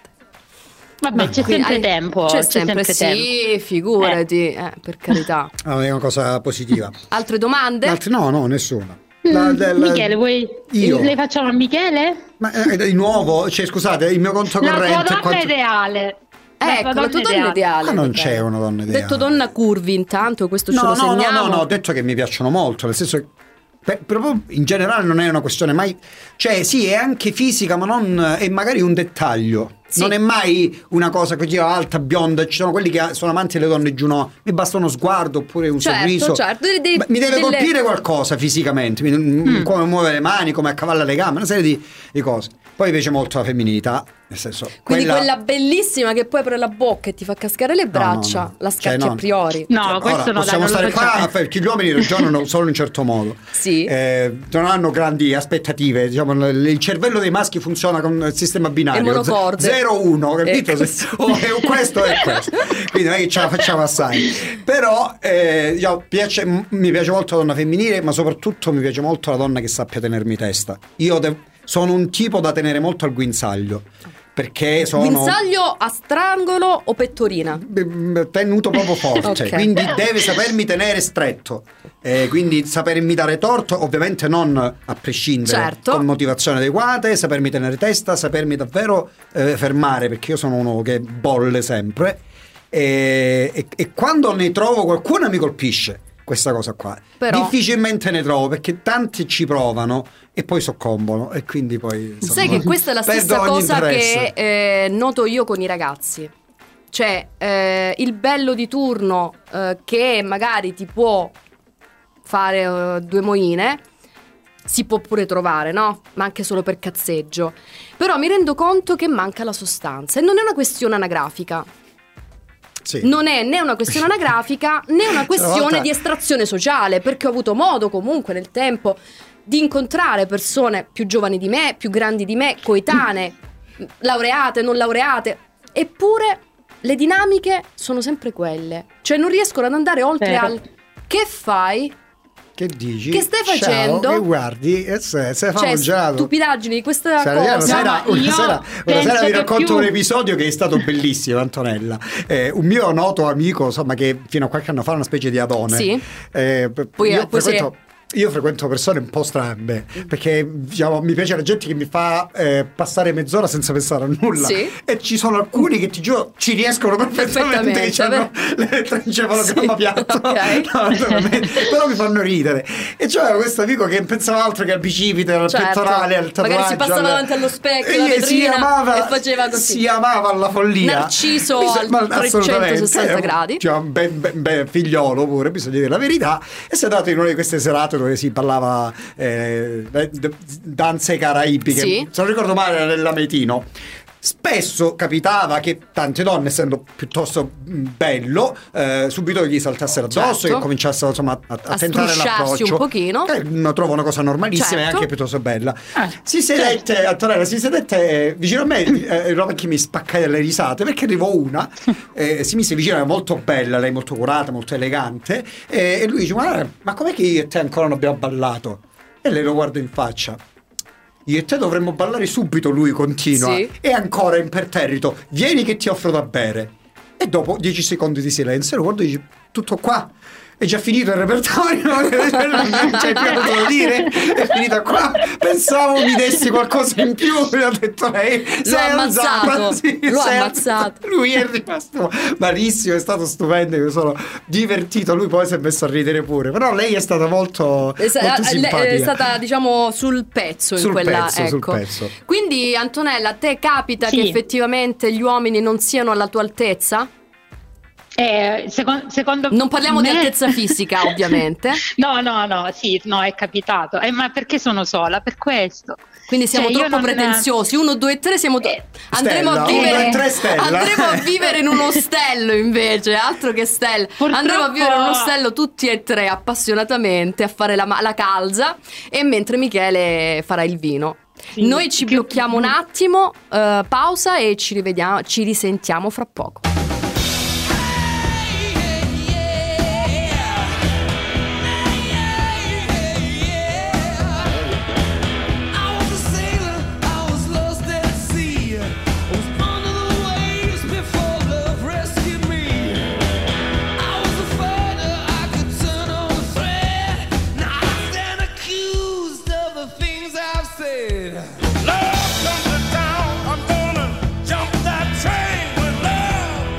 Vabbè, c'è Quindi, sempre eh, tempo. C'è, sempre, tempo. sì, figurati, eh, per carità. Ah, è una cosa positiva. Altre domande? Altri- no, no, nessuna. Mm, La- del- Michele, vuoi? Io. Le facciamo a Michele? Ma eh, di nuovo, cioè scusate, il mio conto La tua corrente è donna quanto... ideale. Ecco, la tua donna ideale. Ma non Michele. c'è una donna ideale. Detto donna curvi, intanto, questo ce No, lo no, no, segniamo. no, no, ho detto che mi piacciono molto, nel senso che per- proprio in generale non è una questione mai, cioè sì, è anche fisica, ma non è magari un dettaglio. Sì. Non è mai una cosa così alta, bionda. Ci sono quelli che sono amanti delle donne giù, no. Mi basta uno sguardo oppure un Certo, sorriso. certo. Dei- dei- Beh, mi deve delle- colpire qualcosa fisicamente, quindi, mm, come muove le mani, come accavalla le gambe, una serie di, di cose. Poi mi piace molto la femminilità, nel senso Quindi quella... bellissima che poi apre la bocca e ti fa cascare le no, braccia, no. la Cioè, scacci no. a priori. No, Cioè, questo ora, no, possiamo dai, non stare lo qua facciamo. perché gli uomini ragionano solo in un certo modo. Sì. Eh, non hanno grandi aspettative, diciamo, il il cervello dei maschi funziona con il sistema binario E monocorde. zero uno, capito? Ecco, Se- sì. o è questo e questo, quindi non è che ce la facciamo assai. Però eh, diciamo, piace- m- mi piace molto la donna femminile, ma soprattutto mi piace molto la donna che sappia tenermi testa. Io de- sono un tipo da tenere molto al guinzaglio, perché sono Guinzaglio a strangolo o pettorina? b- tenuto proprio forte, Ok. quindi deve sapermi tenere stretto, eh, quindi sapermi dare torto, ovviamente non a prescindere, Certo. con motivazioni adeguate, sapermi tenere testa, sapermi davvero eh, fermare, perché io sono uno che bolle sempre, e, e- e quando ne trovo qualcuna mi colpisce questa cosa qua. Però- Difficilmente ne trovo, perché tanti ci provano e poi soccombono, e quindi poi insomma, Sai che questa è la perdo stessa ogni cosa interesse. che eh, noto io con i ragazzi. Cioè, eh, il bello di turno eh, che magari ti può fare eh, due moine, si può pure trovare, no? Ma anche solo per cazzeggio. Però mi rendo conto che manca la sostanza. E non è una questione anagrafica. Sì. Non è né una questione anagrafica né una questione volta- di estrazione sociale, perché ho avuto modo comunque nel tempo di incontrare persone più giovani di me, più grandi di me, coetanee, laureate, non laureate, eppure le dinamiche sono sempre quelle. Cioè non riescono ad andare oltre Vero. al che fai? Che dici? Che stai Ciao, facendo? che guardi? E se, se fa Cioè, un gelato. stupidaggini di questa Sera, cosa. una sera, No, una io sera, una penso sera vi che racconto più- un episodio che è stato bellissimo, Antonella. Eh, un mio noto amico, insomma, che fino a qualche anno fa era una specie di Adone. Sì. Eh, Poi- io poi frequento, io frequento persone un po' strambe, perché diciamo, mi piace la gente che mi fa eh, passare mezz'ora senza pensare a nulla. Sì. E ci sono alcuni che ti giuro ci riescono perfettamente, che Perfettamente, hanno l'encefalogramma Sì, piatto. ok. No, veramente. Però mi fanno ridere. E c'era questo amico che non pensava altro che al bicipite, al Certo. pettorale, al tatuaggio. Magari si passava al- davanti allo specchio, E la si vetrina, amava, e faceva così. Si amava alla follia. Narciso Bisogna- al ma assolutamente. trecentosessanta Eh, gradi. Cioè, un ben, ben, ben figliolo pure, bisogna dire la verità. E si è dato in una di queste serate dove si parlava eh, d- danze caraibiche. Sì. Se non ricordo male era nell'Ametino. Spesso capitava che tante donne, essendo piuttosto mh, bello, eh, subito gli saltassero addosso Certo. e cominciassero insomma a, a A tentare strusciarsi l'approccio. un pochino. Eh, lo trovo una cosa normalissima e Certo. anche piuttosto bella. Ah, si sedette, Antonella, si sedette eh, vicino a me, eh, roba che mi spaccai dalle risate perché arrivò una, eh, si mise vicino, era molto bella, lei molto curata, molto elegante, eh, e lui dice: ma, ma com'è che io e te ancora non abbiamo ballato? E lei lo guarda in faccia. Io e te dovremmo ballare subito, lui continua. Sì. E ancora imperterrito: vieni che ti offro da bere. E dopo dieci secondi di silenzio lo guardo e dice: tutto qua? È già finito il repertorio? Non c'è più altro da dire? È finita qua? Pensavo mi dessi qualcosa in più. Mi ha detto lei. L'ho sei ammazzato, alzata, sì, l'ho sei ammazzato. alzata. Lui è rimasto malissimo, è stato stupendo, mi sono divertito. Lui poi si è messo a ridere pure. Però lei è stata molto, È sta- molto è- simpatica. è stata diciamo sul pezzo in Sul quella pezzo, sul ecco. pezzo. Quindi Antonella, a te capita Sì. che effettivamente gli uomini non siano alla tua altezza? Eh, secondo, secondo Non parliamo di me- altezza fisica, ovviamente. No, no, no, sì, no, è capitato. Eh, ma perché sono sola? Per questo. Quindi siamo Cioè, io troppo non- pretenziosi. Uno, due, tre, siamo. Eh, andremo a Stella, vivere. uno, due, tre, Stella. Andremo a vivere in un ostello invece, altro che stelle. Purtroppo- Andremo a vivere in un ostello tutti e tre appassionatamente a fare la, ma- la calza. E mentre Michele farà il vino. Sì, Noi ci più- blocchiamo un attimo, eh, pausa e ci rivediamo, ci risentiamo fra poco. Love comes to town, I'm gonna jump that train with love.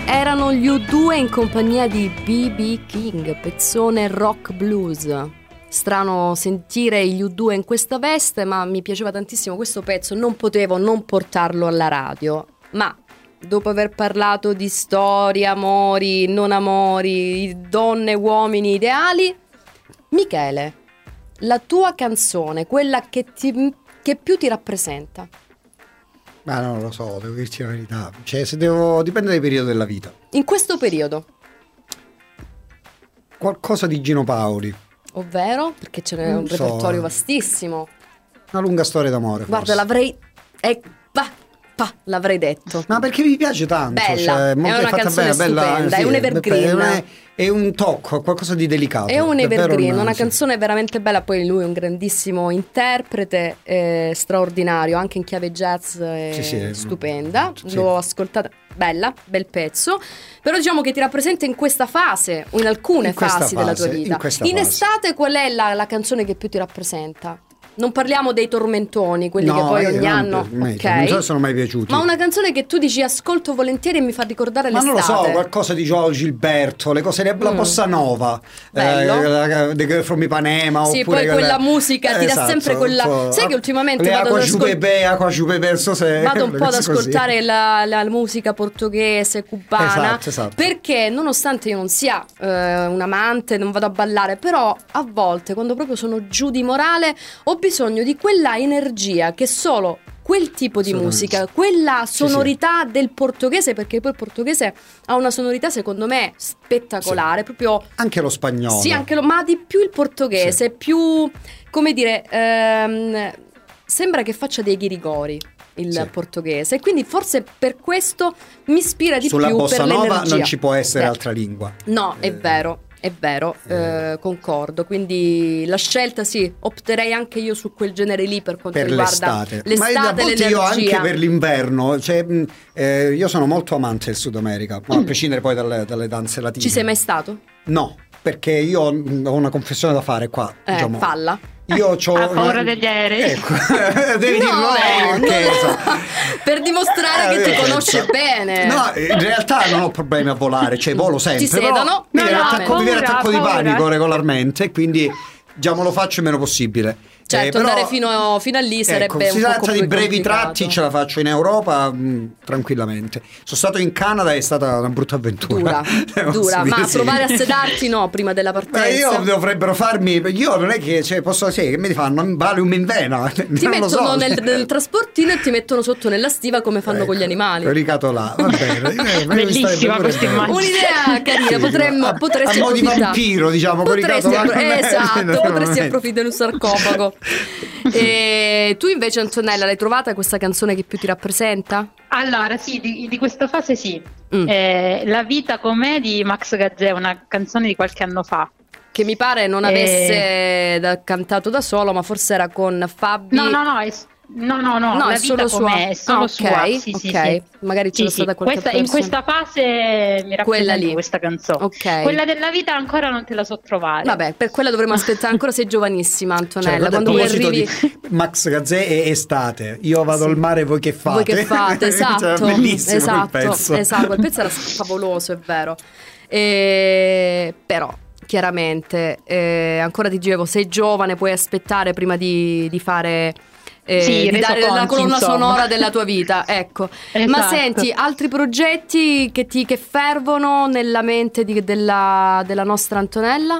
Erano gli U due in compagnia di B B King, pezzone rock blues. Strano sentire gli U due in questa veste, ma mi piaceva tantissimo questo pezzo, non potevo non portarlo alla radio. Ma dopo aver parlato di storie, amori, non amori, donne, uomini, ideali, Michele, la tua canzone, quella che, ti, che più ti rappresenta? Ma non lo so, devo dirti la verità. Cioè, se devo. Dipende dai periodi della vita. In questo periodo? Qualcosa di Gino Paoli. Ovvero? Perché ce n'è Non un so. repertorio vastissimo. Una lunga storia d'amore. Guarda, forse. l'avrei. Eh, bah, bah, l'avrei detto. Ma perché mi piace tanto. Bella, cioè, è molto una fatta canzone bene, bella, stupenda, sì, è un evergreen. È, un- è un tocco, qualcosa di delicato. È un davvero evergreen, una sì. canzone veramente bella. Poi lui è un grandissimo interprete, eh, straordinario, anche in chiave jazz, eh, Sì, sì, stupenda. sì. L'ho ascoltata, bella, bel pezzo. Però diciamo che ti rappresenta in questa fase o in alcune In questa fasi della tua fase, vita. in questa In fase. estate qual è la, la canzone che più ti rappresenta? Non parliamo dei tormentoni, quelli No, che poi io ogni non- anno, me- ok? non so se sono mai piaciuti. Ma una canzone che tu dici ascolto volentieri e mi fa ricordare Ma non l'estate. lo so, qualcosa di Joao Gilberto, le cose la Mm. bossa nova, Bello. eh, la- The Girl from Ipanema. Sì, oppure poi quella musica ti dà Esatto, sempre quella- un po'. sai che ultimamente le vado ad Aqua ascol- Jupepe, Aqua Jupepe, non so se Vado un le po' ad cose così. ascoltare la, la musica portoghese, cubana, Esatto, esatto. perché nonostante io non sia eh, un amante, non vado a ballare, però a volte quando proprio sono giù di morale ho bisogno di quella energia che solo quel tipo di Assolutamente. musica, quella Sì, sonorità del portoghese, perché poi il portoghese ha una sonorità secondo me spettacolare, proprio Anche lo spagnolo. sì, anche lo, ma di più il portoghese, più, come dire, ehm, sembra che faccia dei ghirigori il Sì. portoghese, e quindi forse per questo mi ispira di Sulla più bossa per nova l'energia. non ci può essere Beh, altra lingua. No, è Eh, vero. È vero, eh, concordo. Quindi la scelta sì, opterei anche io su quel genere lì per quanto Per riguarda l'estate, l'estate ma a e volte io anche l'energia. per l'inverno, cioè, mh, eh, io sono molto amante del Sud America, ma a Mm. prescindere poi dalle, dalle danze latine. Ci sei mai stato? No, perché io ho ho una confessione da fare qua. Eh, diciamo. falla. Io c'ho Ha paura una- degli aerei? Ecco, devi No, dirlo lei perché non- so. per dimostrare che ti Eh, conosci pensa. bene. No, in realtà non ho problemi a volare, cioè volo sempre. Ti sedono? Però mi viene No, no, attacco, mi viene paura, attacco di paura. panico regolarmente, quindi diciamo lo faccio il meno possibile. Certo, Eh, però- andare fino, fino a lì sarebbe Ecco, un si po' tratta di brevi complicato. tratti, ce la faccio in Europa mh, tranquillamente. Sono stato in Canada, è stata una brutta avventura. Dura, Devo dura, dire, ma sì. provare a sedarti no, prima della partenza. Ma io dovrebbero farmi. Io non è che cioè, posso sì, che mi fanno un Valium in vena. Ti non lo mettono so. nel, nel trasportino e ti mettono sotto nella stiva come fanno Ecco, con gli animali. Caricato là, va bene. Eh, ma mi Bellissima starebbe pure questa bene. immagine. Un'idea carina, Sì, potremmo, a- potresti a mo' di approfittare. vampiro, diciamo, potresti, coricato là. appro- eh, esatto, potresti Naturalmente. approfittare in un sarcofago. E tu invece, Antonella, l'hai trovata questa canzone che più ti rappresenta? Allora, sì, di, di questa fase sì. Mm. Eh, La vita com'è di Max Gazzè, una canzone di qualche anno fa. Che mi pare non Eh. avesse da- cantato da solo, ma forse era con Fabi. No, no, no, è, no, no, no, No, La è vita solo sua. com'è, è solo Ah, ok, sua. Sì, ok. sì, sì. Magari c'era Sì, sì. stata qualche Questa- in persona. questa fase mi Quella rappresenta lì. questa canzone. Ok. Quella della vita ancora non te la so trovare. Vabbè, per quella dovremmo aspettare ancora, sei giovanissima, Cioè, Antonella. guarda, a quando poi proposito arrivi. di Max Gazzè è estate. Io vado Sì. al mare, voi che fate? Voi che fate, esatto. Cioè, bellissimo esatto, quel pezzo. esatto, quel pezzo era favoloso, è vero. E... Però, chiaramente, eh, ancora ti dicevo, sei giovane, puoi aspettare prima di, di fare... eh, Sì, di dare la resoconti, colonna insomma. sonora della tua vita, ecco. Ma Esatto. senti, altri progetti che ti che fervono nella mente di- della, della nostra Antonella?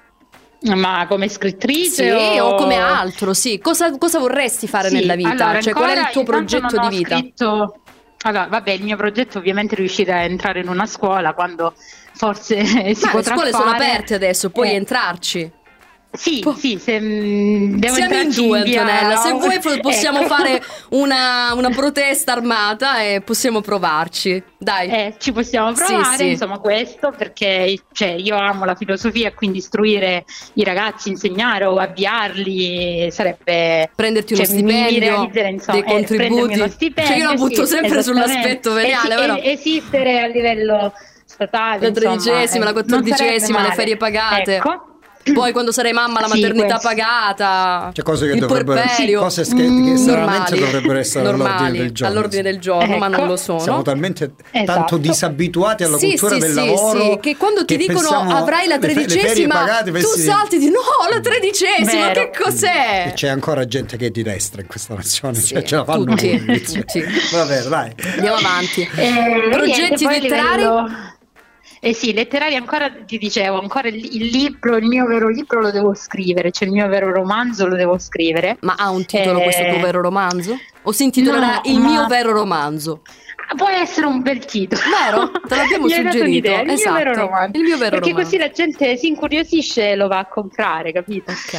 Ma come scrittrice Sì, o... o come altro, sì. Cosa, cosa vorresti fare Sì, nella vita? allora, Cioè, qual è il ancora tuo intanto progetto non di ho vita? scritto- Allora, vabbè, il mio progetto ovviamente è riuscire a entrare in una scuola quando forse si Ma le potrà scuole sono fare. aperte adesso, puoi Eh, entrarci. Sì, Po- sì, se, mm, devo Siamo in entrarci due, via- Antonella. Se vuoi po- possiamo Ecco. fare una, una protesta armata e possiamo provarci. Dai. Eh, ci possiamo Sì, provare, sì. insomma, questo perché cioè, io amo la filosofia, quindi istruire i ragazzi, insegnare o avviarli sarebbe Prenderti uno cioè, mi- mi stipendio, realizzerei, insomma, dei eh, prendermi contributi. uno stipendio, Cioè, io la butto sì, sempre esattamente. sull'aspetto veniale, Esi- però. es- esistere a livello statale, La insomma, tredicesima, eh, la non quattordicesima, sarebbe le male. ferie pagate. Ecco. Poi quando sarai mamma la Sì, maternità questo. pagata, Cioè, cose che il dovrebbero puerperio, cose che, che stranamente normali, dovrebbero essere all'ordine normali, del giorno. all'ordine del giorno, ma Ecco. non lo sono. Siamo talmente Esatto. tanto disabituati alla Sì, cultura sì, del sì, lavoro sì, che quando ti che dicono pensiamo avrai la le fe- le ferie tredicesima, pagate, tu pensi- salti di no, la tredicesima, Vero. che cos'è? E c'è ancora gente che è di destra in questa nazione, Sì, cioè ce la fanno tutti, pure. tutti. Vabbè, dai. Andiamo avanti. Eh, Progetti niente, poi a letterari? livello- Eh sì, letterari ancora ti dicevo, ancora il, il libro, il mio vero libro lo devo scrivere, cioè il mio vero romanzo lo devo scrivere. Ma ha un titolo Eh, questo tuo vero romanzo? O si intitolerà no, Il ma- mio vero romanzo? Può essere un bel titolo. Vero? Te l'abbiamo Mi hai dato suggerito. un'idea, il Esatto. mio vero romanzo. Il mio vero Perché romanzo. così la gente si incuriosisce e lo va a comprare, capito? Ok.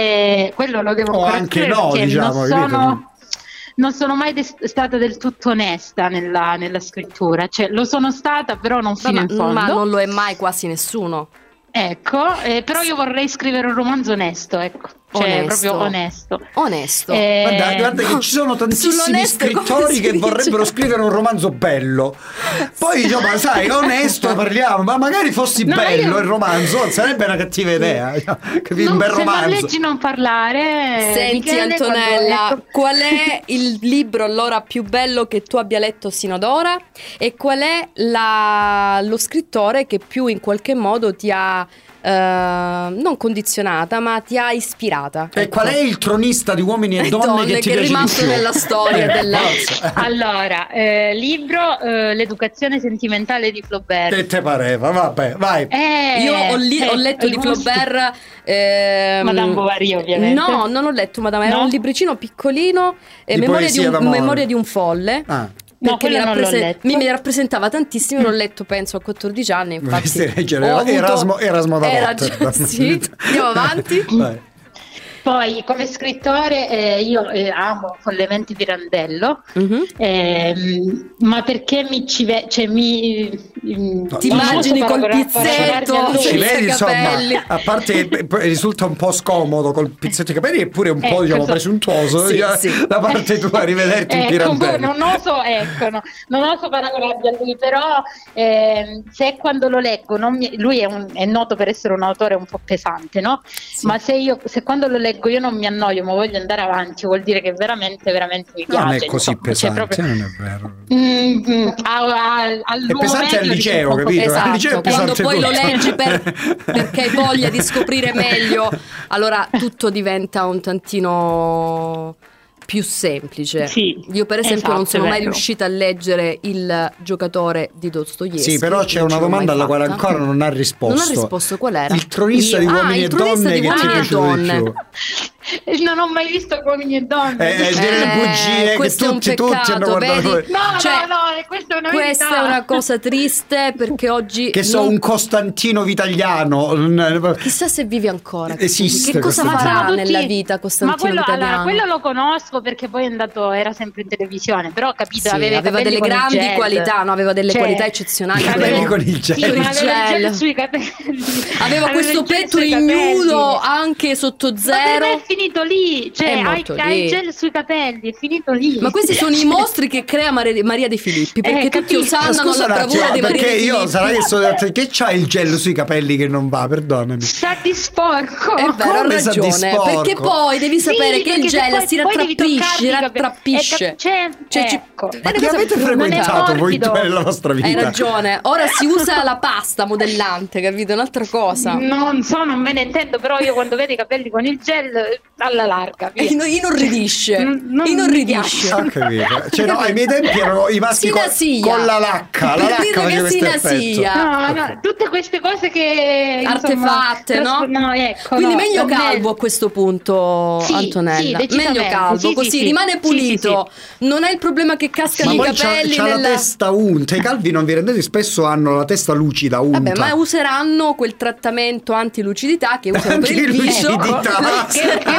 E quello lo devo O ancora anche scrivere no, perché diciamo, non capito? sono, non sono mai des- stata del tutto onesta nella, nella scrittura, cioè lo sono stata però non fino Ma, in fondo. ma non lo è mai quasi nessuno. Ecco, eh, però io vorrei scrivere un romanzo onesto, ecco, cioè Onesto. proprio onesto. Onesto. Eh, Guarda, guarda che ci sono tantissimi Sull'onesto come scrittori si che dice? vorrebbero scrivere un romanzo bello. Poi diciamo, sai, onesto parliamo, ma magari fossi No, bello io- il romanzo, non sarebbe una cattiva idea. Capito? Un non, bel se non romanzo. leggi non parlare. Senti Michele, Antonella, quando- ecco- qual è il libro allora più bello che tu abbia letto sino ad ora e qual è la- lo scrittore che più in qualche modo ti ha eh, non condizionata ma ti ha ispirata? E Ecco. qual è il tronista di uomini e donne, Donne che ti che è piace rimasto di più? nella storia Eh, della- forza. Allora, eh, libro eh, L'educazione sentimentale di Flaubert. Che te pareva? Vabbè, vai. Eh, Io ho, li- ho eh, letto di i gusti. Flaubert ehm, Madame Bovary, ovviamente. No, non ho letto Madame, era No? un libricino piccolino, eh, Di memoria, di poesia un, d'amore. memoria di un folle. Ah. No, Perché mi, quello non l'ho rapprese- letto. mi, mi rappresentava tantissimo, l'ho letto penso a quattordici anni. Infatti, Vorresti leggere ho avuto- Erasmo- Erasmo da Era Rotterdam. già- sì. Andiamo avanti. Vai. Poi come scrittore eh, io eh, amo follemente Pirandello, Mhm. ehm, ma perché mi ci ve- cioè, mi No, Ti non so immagini col paragonare- pizzetto, paragonarmi a lui. Ci senza vedi, insomma, capelli. a parte eh, poi risulta un po' scomodo col pizzetto ai capelli, eppure un po' Ecco, diciamo so- presuntuoso Sì, eh, sì. da parte tua a rivederti in Ecco, Pirandello. non oso, ecco, no, non oso paragonarmi a lui, però ehm, se quando lo leggo, non mi- lui è, un- è noto per essere un autore un po' pesante, no? Ma se io se quando lo leggo io non mi annoio, ma voglio andare avanti, vuol dire che veramente, veramente mi piace. Non è così insomma, cioè, pesante, proprio- non è vero. Mm, mm, a- a- all'uomo È pesante al medio, liceo, diciamo, capito? Al liceo è Esatto, quando pesante poi lo tutto. leggi per- perché hai voglia di scoprire meglio, allora tutto diventa un tantino più semplice. Sì, Io per esempio non esatto, sono è mai vero. riuscita a leggere Il giocatore di Dostoevsky. Sì, però c'è non una ce l'ho mai domanda alla quale fatta. ancora non ha risposto. Non ha risposto, qual era? Il tronista di Io- uomini ah, e il tronista donne di che ti è uomini e piaciuto di donne. più. Non ho mai visto Uomini e Donne. Eh, eh, delle Eh, bugie che questo è un tutti, tutti peccato, hanno guardato. vedi? No, Cioè, no, no, eh, questa è una Questa verità. è una cosa triste perché oggi Che so, non- un Costantino Vitagliano. un- chissà se vive ancora. Esiste Che cosa Costantino. farà Sono tutti- nella vita Costantino ma quello, Vitagliano? allora, quello lo conosco perché poi è andato, era sempre in televisione, però capito, Sì, aveva, i aveva capelli delle con il grandi gel. qualità, no, aveva delle Cioè, qualità eccezionali. I capelli Aveva- con il gel. Sì, Con ma il aveva il gel. gel sui capelli. Aveva questo il gel petto sui ignudo capelli. anche sotto Ma per me zero. è finito lì, cioè È hai, molto hai lì. il gel sui capelli, è finito lì. Ma questi sono i mostri che crea Maria Maria De Filippi, perché Eh, tutti capisco. osannano Scusa la un attimo, bravura di Maria perché De io Filippi. sarà che so che c'ha il gel sui capelli che non va, perdonami. Sa di sporco. È vero, ha Come sa di ragione, sporco? perché poi devi Sì, sapere che il perché se gel poi- si poi devi rattrappisce, toccarti i capelli. rattrappisce. Eh, cap- c'è- Cioè, ci- ecco. Ma è chi una cosa- avete non è frequentato voi morbido. due nella vostra vita? Hai ragione, ora si usa la pasta modellante, capito? È un'altra cosa. Non so, non me ne intendo, però io quando vedo i capelli con il gel alla larga, via. In- inorridisce, Non- non inorridisce. Ho capito. Cioè, no, ai miei tempi erano i maschi con, Sinasia. con la lacca. La Per lacca dire faceva che questo sinasia. effetto. No, no, tutte queste cose che insomma, Artefatte, no? trasfor- no, ecco, Quindi no, meglio va bene. calvo a questo punto, Sì, Antonella. sì, decisamente. meglio calvo, Sì, sì, così sì. rimane Sì, pulito. Non hai il problema che cascano Ma i poi c'ha, capelli c'ha la nella... testa unta. I calvi, non vi rendete, spesso hanno la testa lucida, unta. Vabbè, ma useranno quel trattamento antilucidità che usano per il viso. Antilucidità. Che, che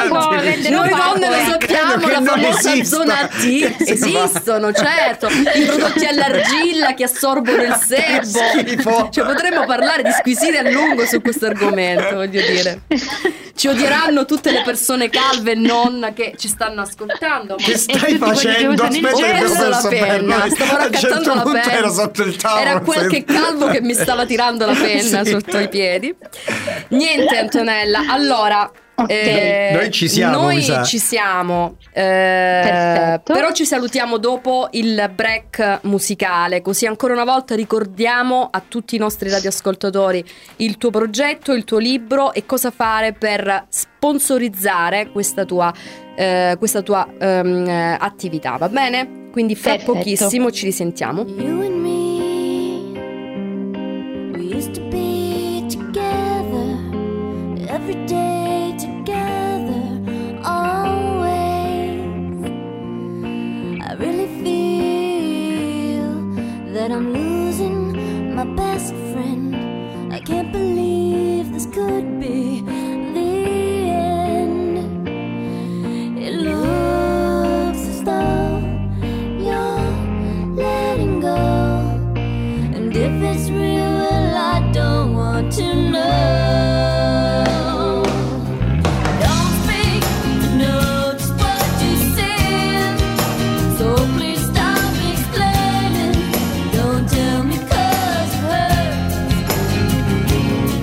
può rendere Noi un donne lo fatto, sappiamo, Credo che la non famosa esista. zona T. Esistono, certo. I prodotti all'argilla che assorbono il sebo. Schifo. Cioè potremmo parlare, disquisire a lungo su questo argomento, voglio dire. Ci odieranno tutte le persone calve e non che ci stanno ascoltando. Che Ma stai quelli che facendo? usano il Aspetta, ho che perso la sto penna, fermo. stavo A un raccattando certo la punto penna. era sotto il tavolo. Era qualche calvo che mi stava tirando la penna Sì. sotto i piedi. Niente, Antonella. Allora, Ok. eh, Noi ci siamo, Noi mi sa. ci siamo. eh, Perfetto. Però ci salutiamo dopo il break musicale. Così ancora una volta ricordiamo a tutti i nostri radioascoltatori il tuo progetto, il tuo libro e cosa fare per sponsorizzare questa tua, eh, questa tua ehm, eh, attività. Va bene? Quindi fra Perfetto. pochissimo ci risentiamo. You and me, we used to be together, every day together, always. I really feel that I'm losing my best friend. I can't believe this could be the end. It looks as though you're letting go, and if it's real, well, I don't want to know. Don't speak to know just what you said, so please stop explaining. Don't tell me 'cause it hurts.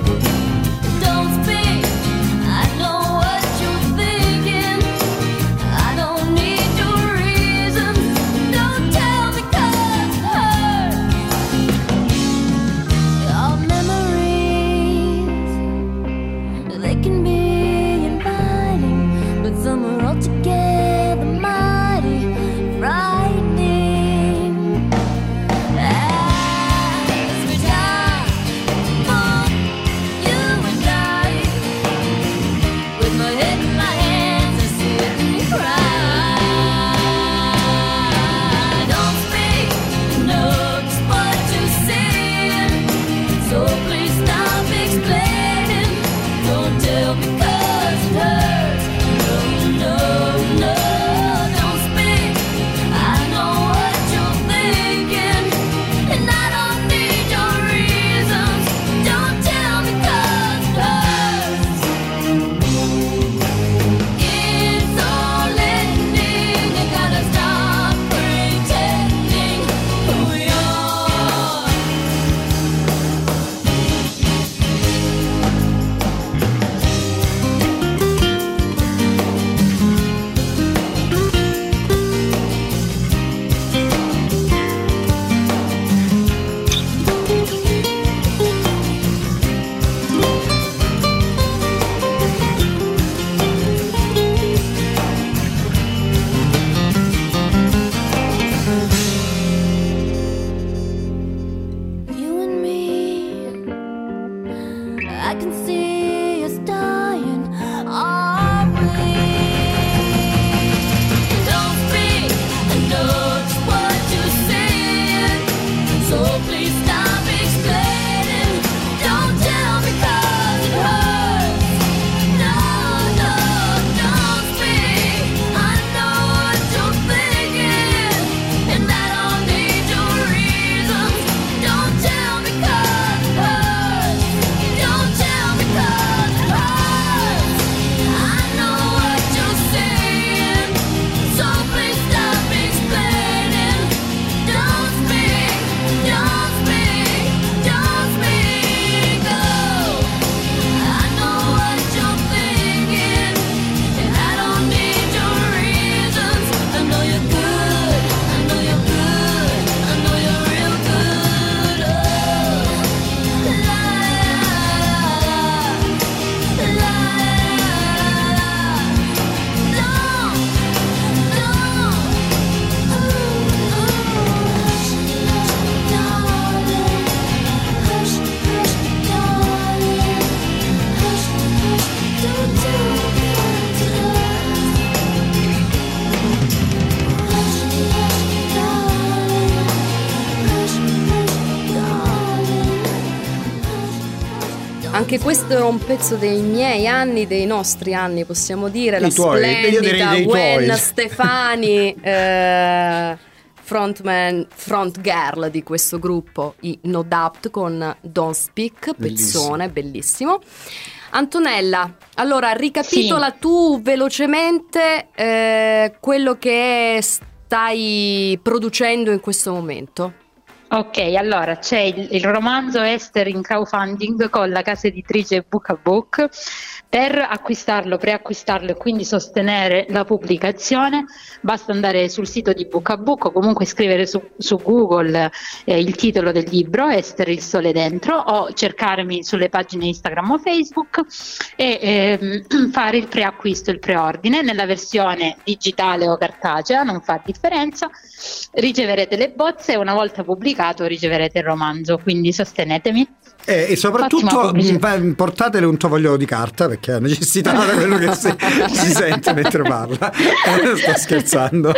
Anche questo era un pezzo dei miei anni, dei nostri anni, possiamo dire. Dei la tuoi, io direi splendida dei Gwen tuoi. Stefani, eh, frontman, front girl di questo gruppo, i No Doubt, con Don't Speak, pezzone, bellissimo. Antonella, allora ricapitola Sì. tu velocemente eh, quello che stai producendo in questo momento. Ok, allora c'è il, il romanzo Esther in crowdfunding con la casa editrice Book a Book. Per acquistarlo, preacquistarlo e quindi sostenere la pubblicazione basta andare sul sito di Book a Book o comunque scrivere su, su Google eh, il titolo del libro, Esther il sole dentro, o cercarmi sulle pagine Instagram o Facebook e ehm, fare il preacquisto, il preordine nella versione digitale o cartacea, non fa differenza. Riceverete le bozze e una volta pubblicato riceverete il romanzo, quindi sostenetemi. Eh, e soprattutto Ottima pubblicità. mh, portatele un tovagliolo di carta, perché ha necessità da quello che si, si sente mentre parla. Eh, sto scherzando.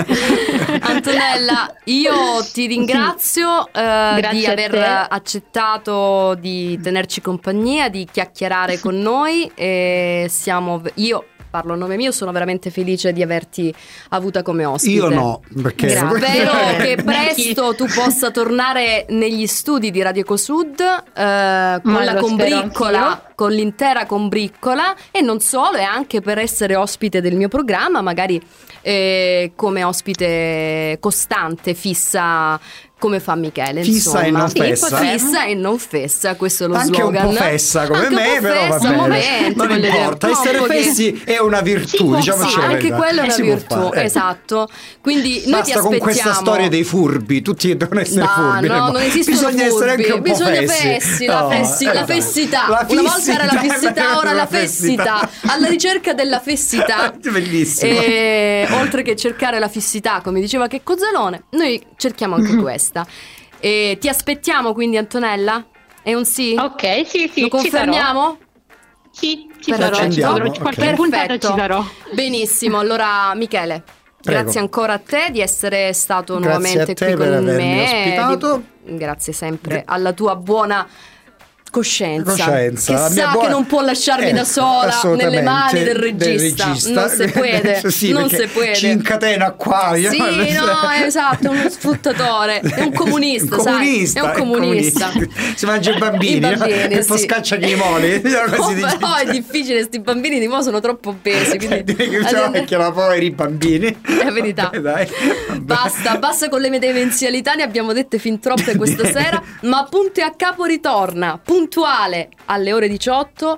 Antonella, io ti ringrazio eh, Grazie di a aver te. accettato di tenerci compagnia, di chiacchierare con noi. E siamo, io parlo a nome mio, sono veramente felice di averti avuta come ospite. Io no, perché Grazie. Spero che Neanch'io. presto tu possa tornare negli studi di Radio Ecosud eh, con Ma la lo spero combriccola, anch'io. con l'intera combriccola, e non solo, e anche per essere ospite del mio programma, magari eh, come ospite costante, fissa, come fa Michele. Fissa insomma. e non Sì, fessa. Fissa e non fessa, questo è lo anche slogan. un po' fessa come Anche un me, po' però va fessa, bene. un momento, non voglio dire, importa, un essere po' che- fessi è una virtù, Si può diciamoci Sì, la anche verità. quella è una Si può virtù, fare, ecco. esatto. Quindi noi ti Basta aspettiamo. con questa storia dei furbi, tutti devono essere No, furbi. no, nel non mondo. esistono Bisogna furbi, essere anche un po' bisogna fessi. fessi, la, No, fessi- eh, la dai. fessità. La Una volta era la fissità, fessità, ora la la fessità. Alla ricerca della fessità. Bellissimo. E oltre che cercare la fissità, come diceva Checco Zalone, noi cerchiamo anche questa. E ti aspettiamo quindi, Antonella? È un sì? Ok, sì, sì, Lo ci confermiamo? sarò. Sì, ci Perfetto. sarò, ci sarò, Accendiamo, qualche ok. puntata Perfetto. ci sarò. Benissimo, allora Michele, Prego. grazie ancora a te di essere stato Grazie nuovamente a te qui per con avermi me. ospitato. Di- Grazie sempre alla tua buona coscienza, Coscienza, che la mia sa buona- che non può lasciarmi Ecco, da sola assolutamente, nelle mani del del regista, regista. non si puede, Sì, non perché si puede. ci incatena qua. io- Sì, no, esatto, è uno sfruttatore, è un comunista, Un sai, comunista, è un comunista. Si mangia i bambini, I bambini, no? E poi sì. scaccia i moli. No, però è difficile, sti bambini di mo' sono troppo obesi, quindi Direi che ciao, perché la poveri i bambini. è la verità. Vabbè, dai. Vabbè. Basta, basta con le demenzialità, ne abbiamo dette fin troppe questa sera, ma Punto e a Capo ritorna puntuale alle ore diciotto,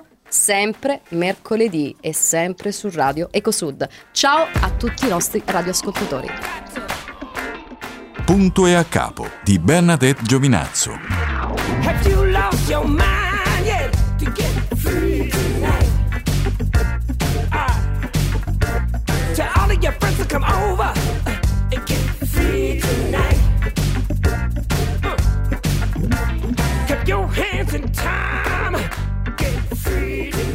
sempre mercoledì e sempre su Radio Ecosud. Ciao a tutti i nostri radioascoltatori. Punto e a Capo di Bernadette Giovinazzo. Have you lost your mind yet to get free tonight? Ah, tell all of your friends to come over uh, and get free tonight. Uh, keep your hands in time, get free tonight.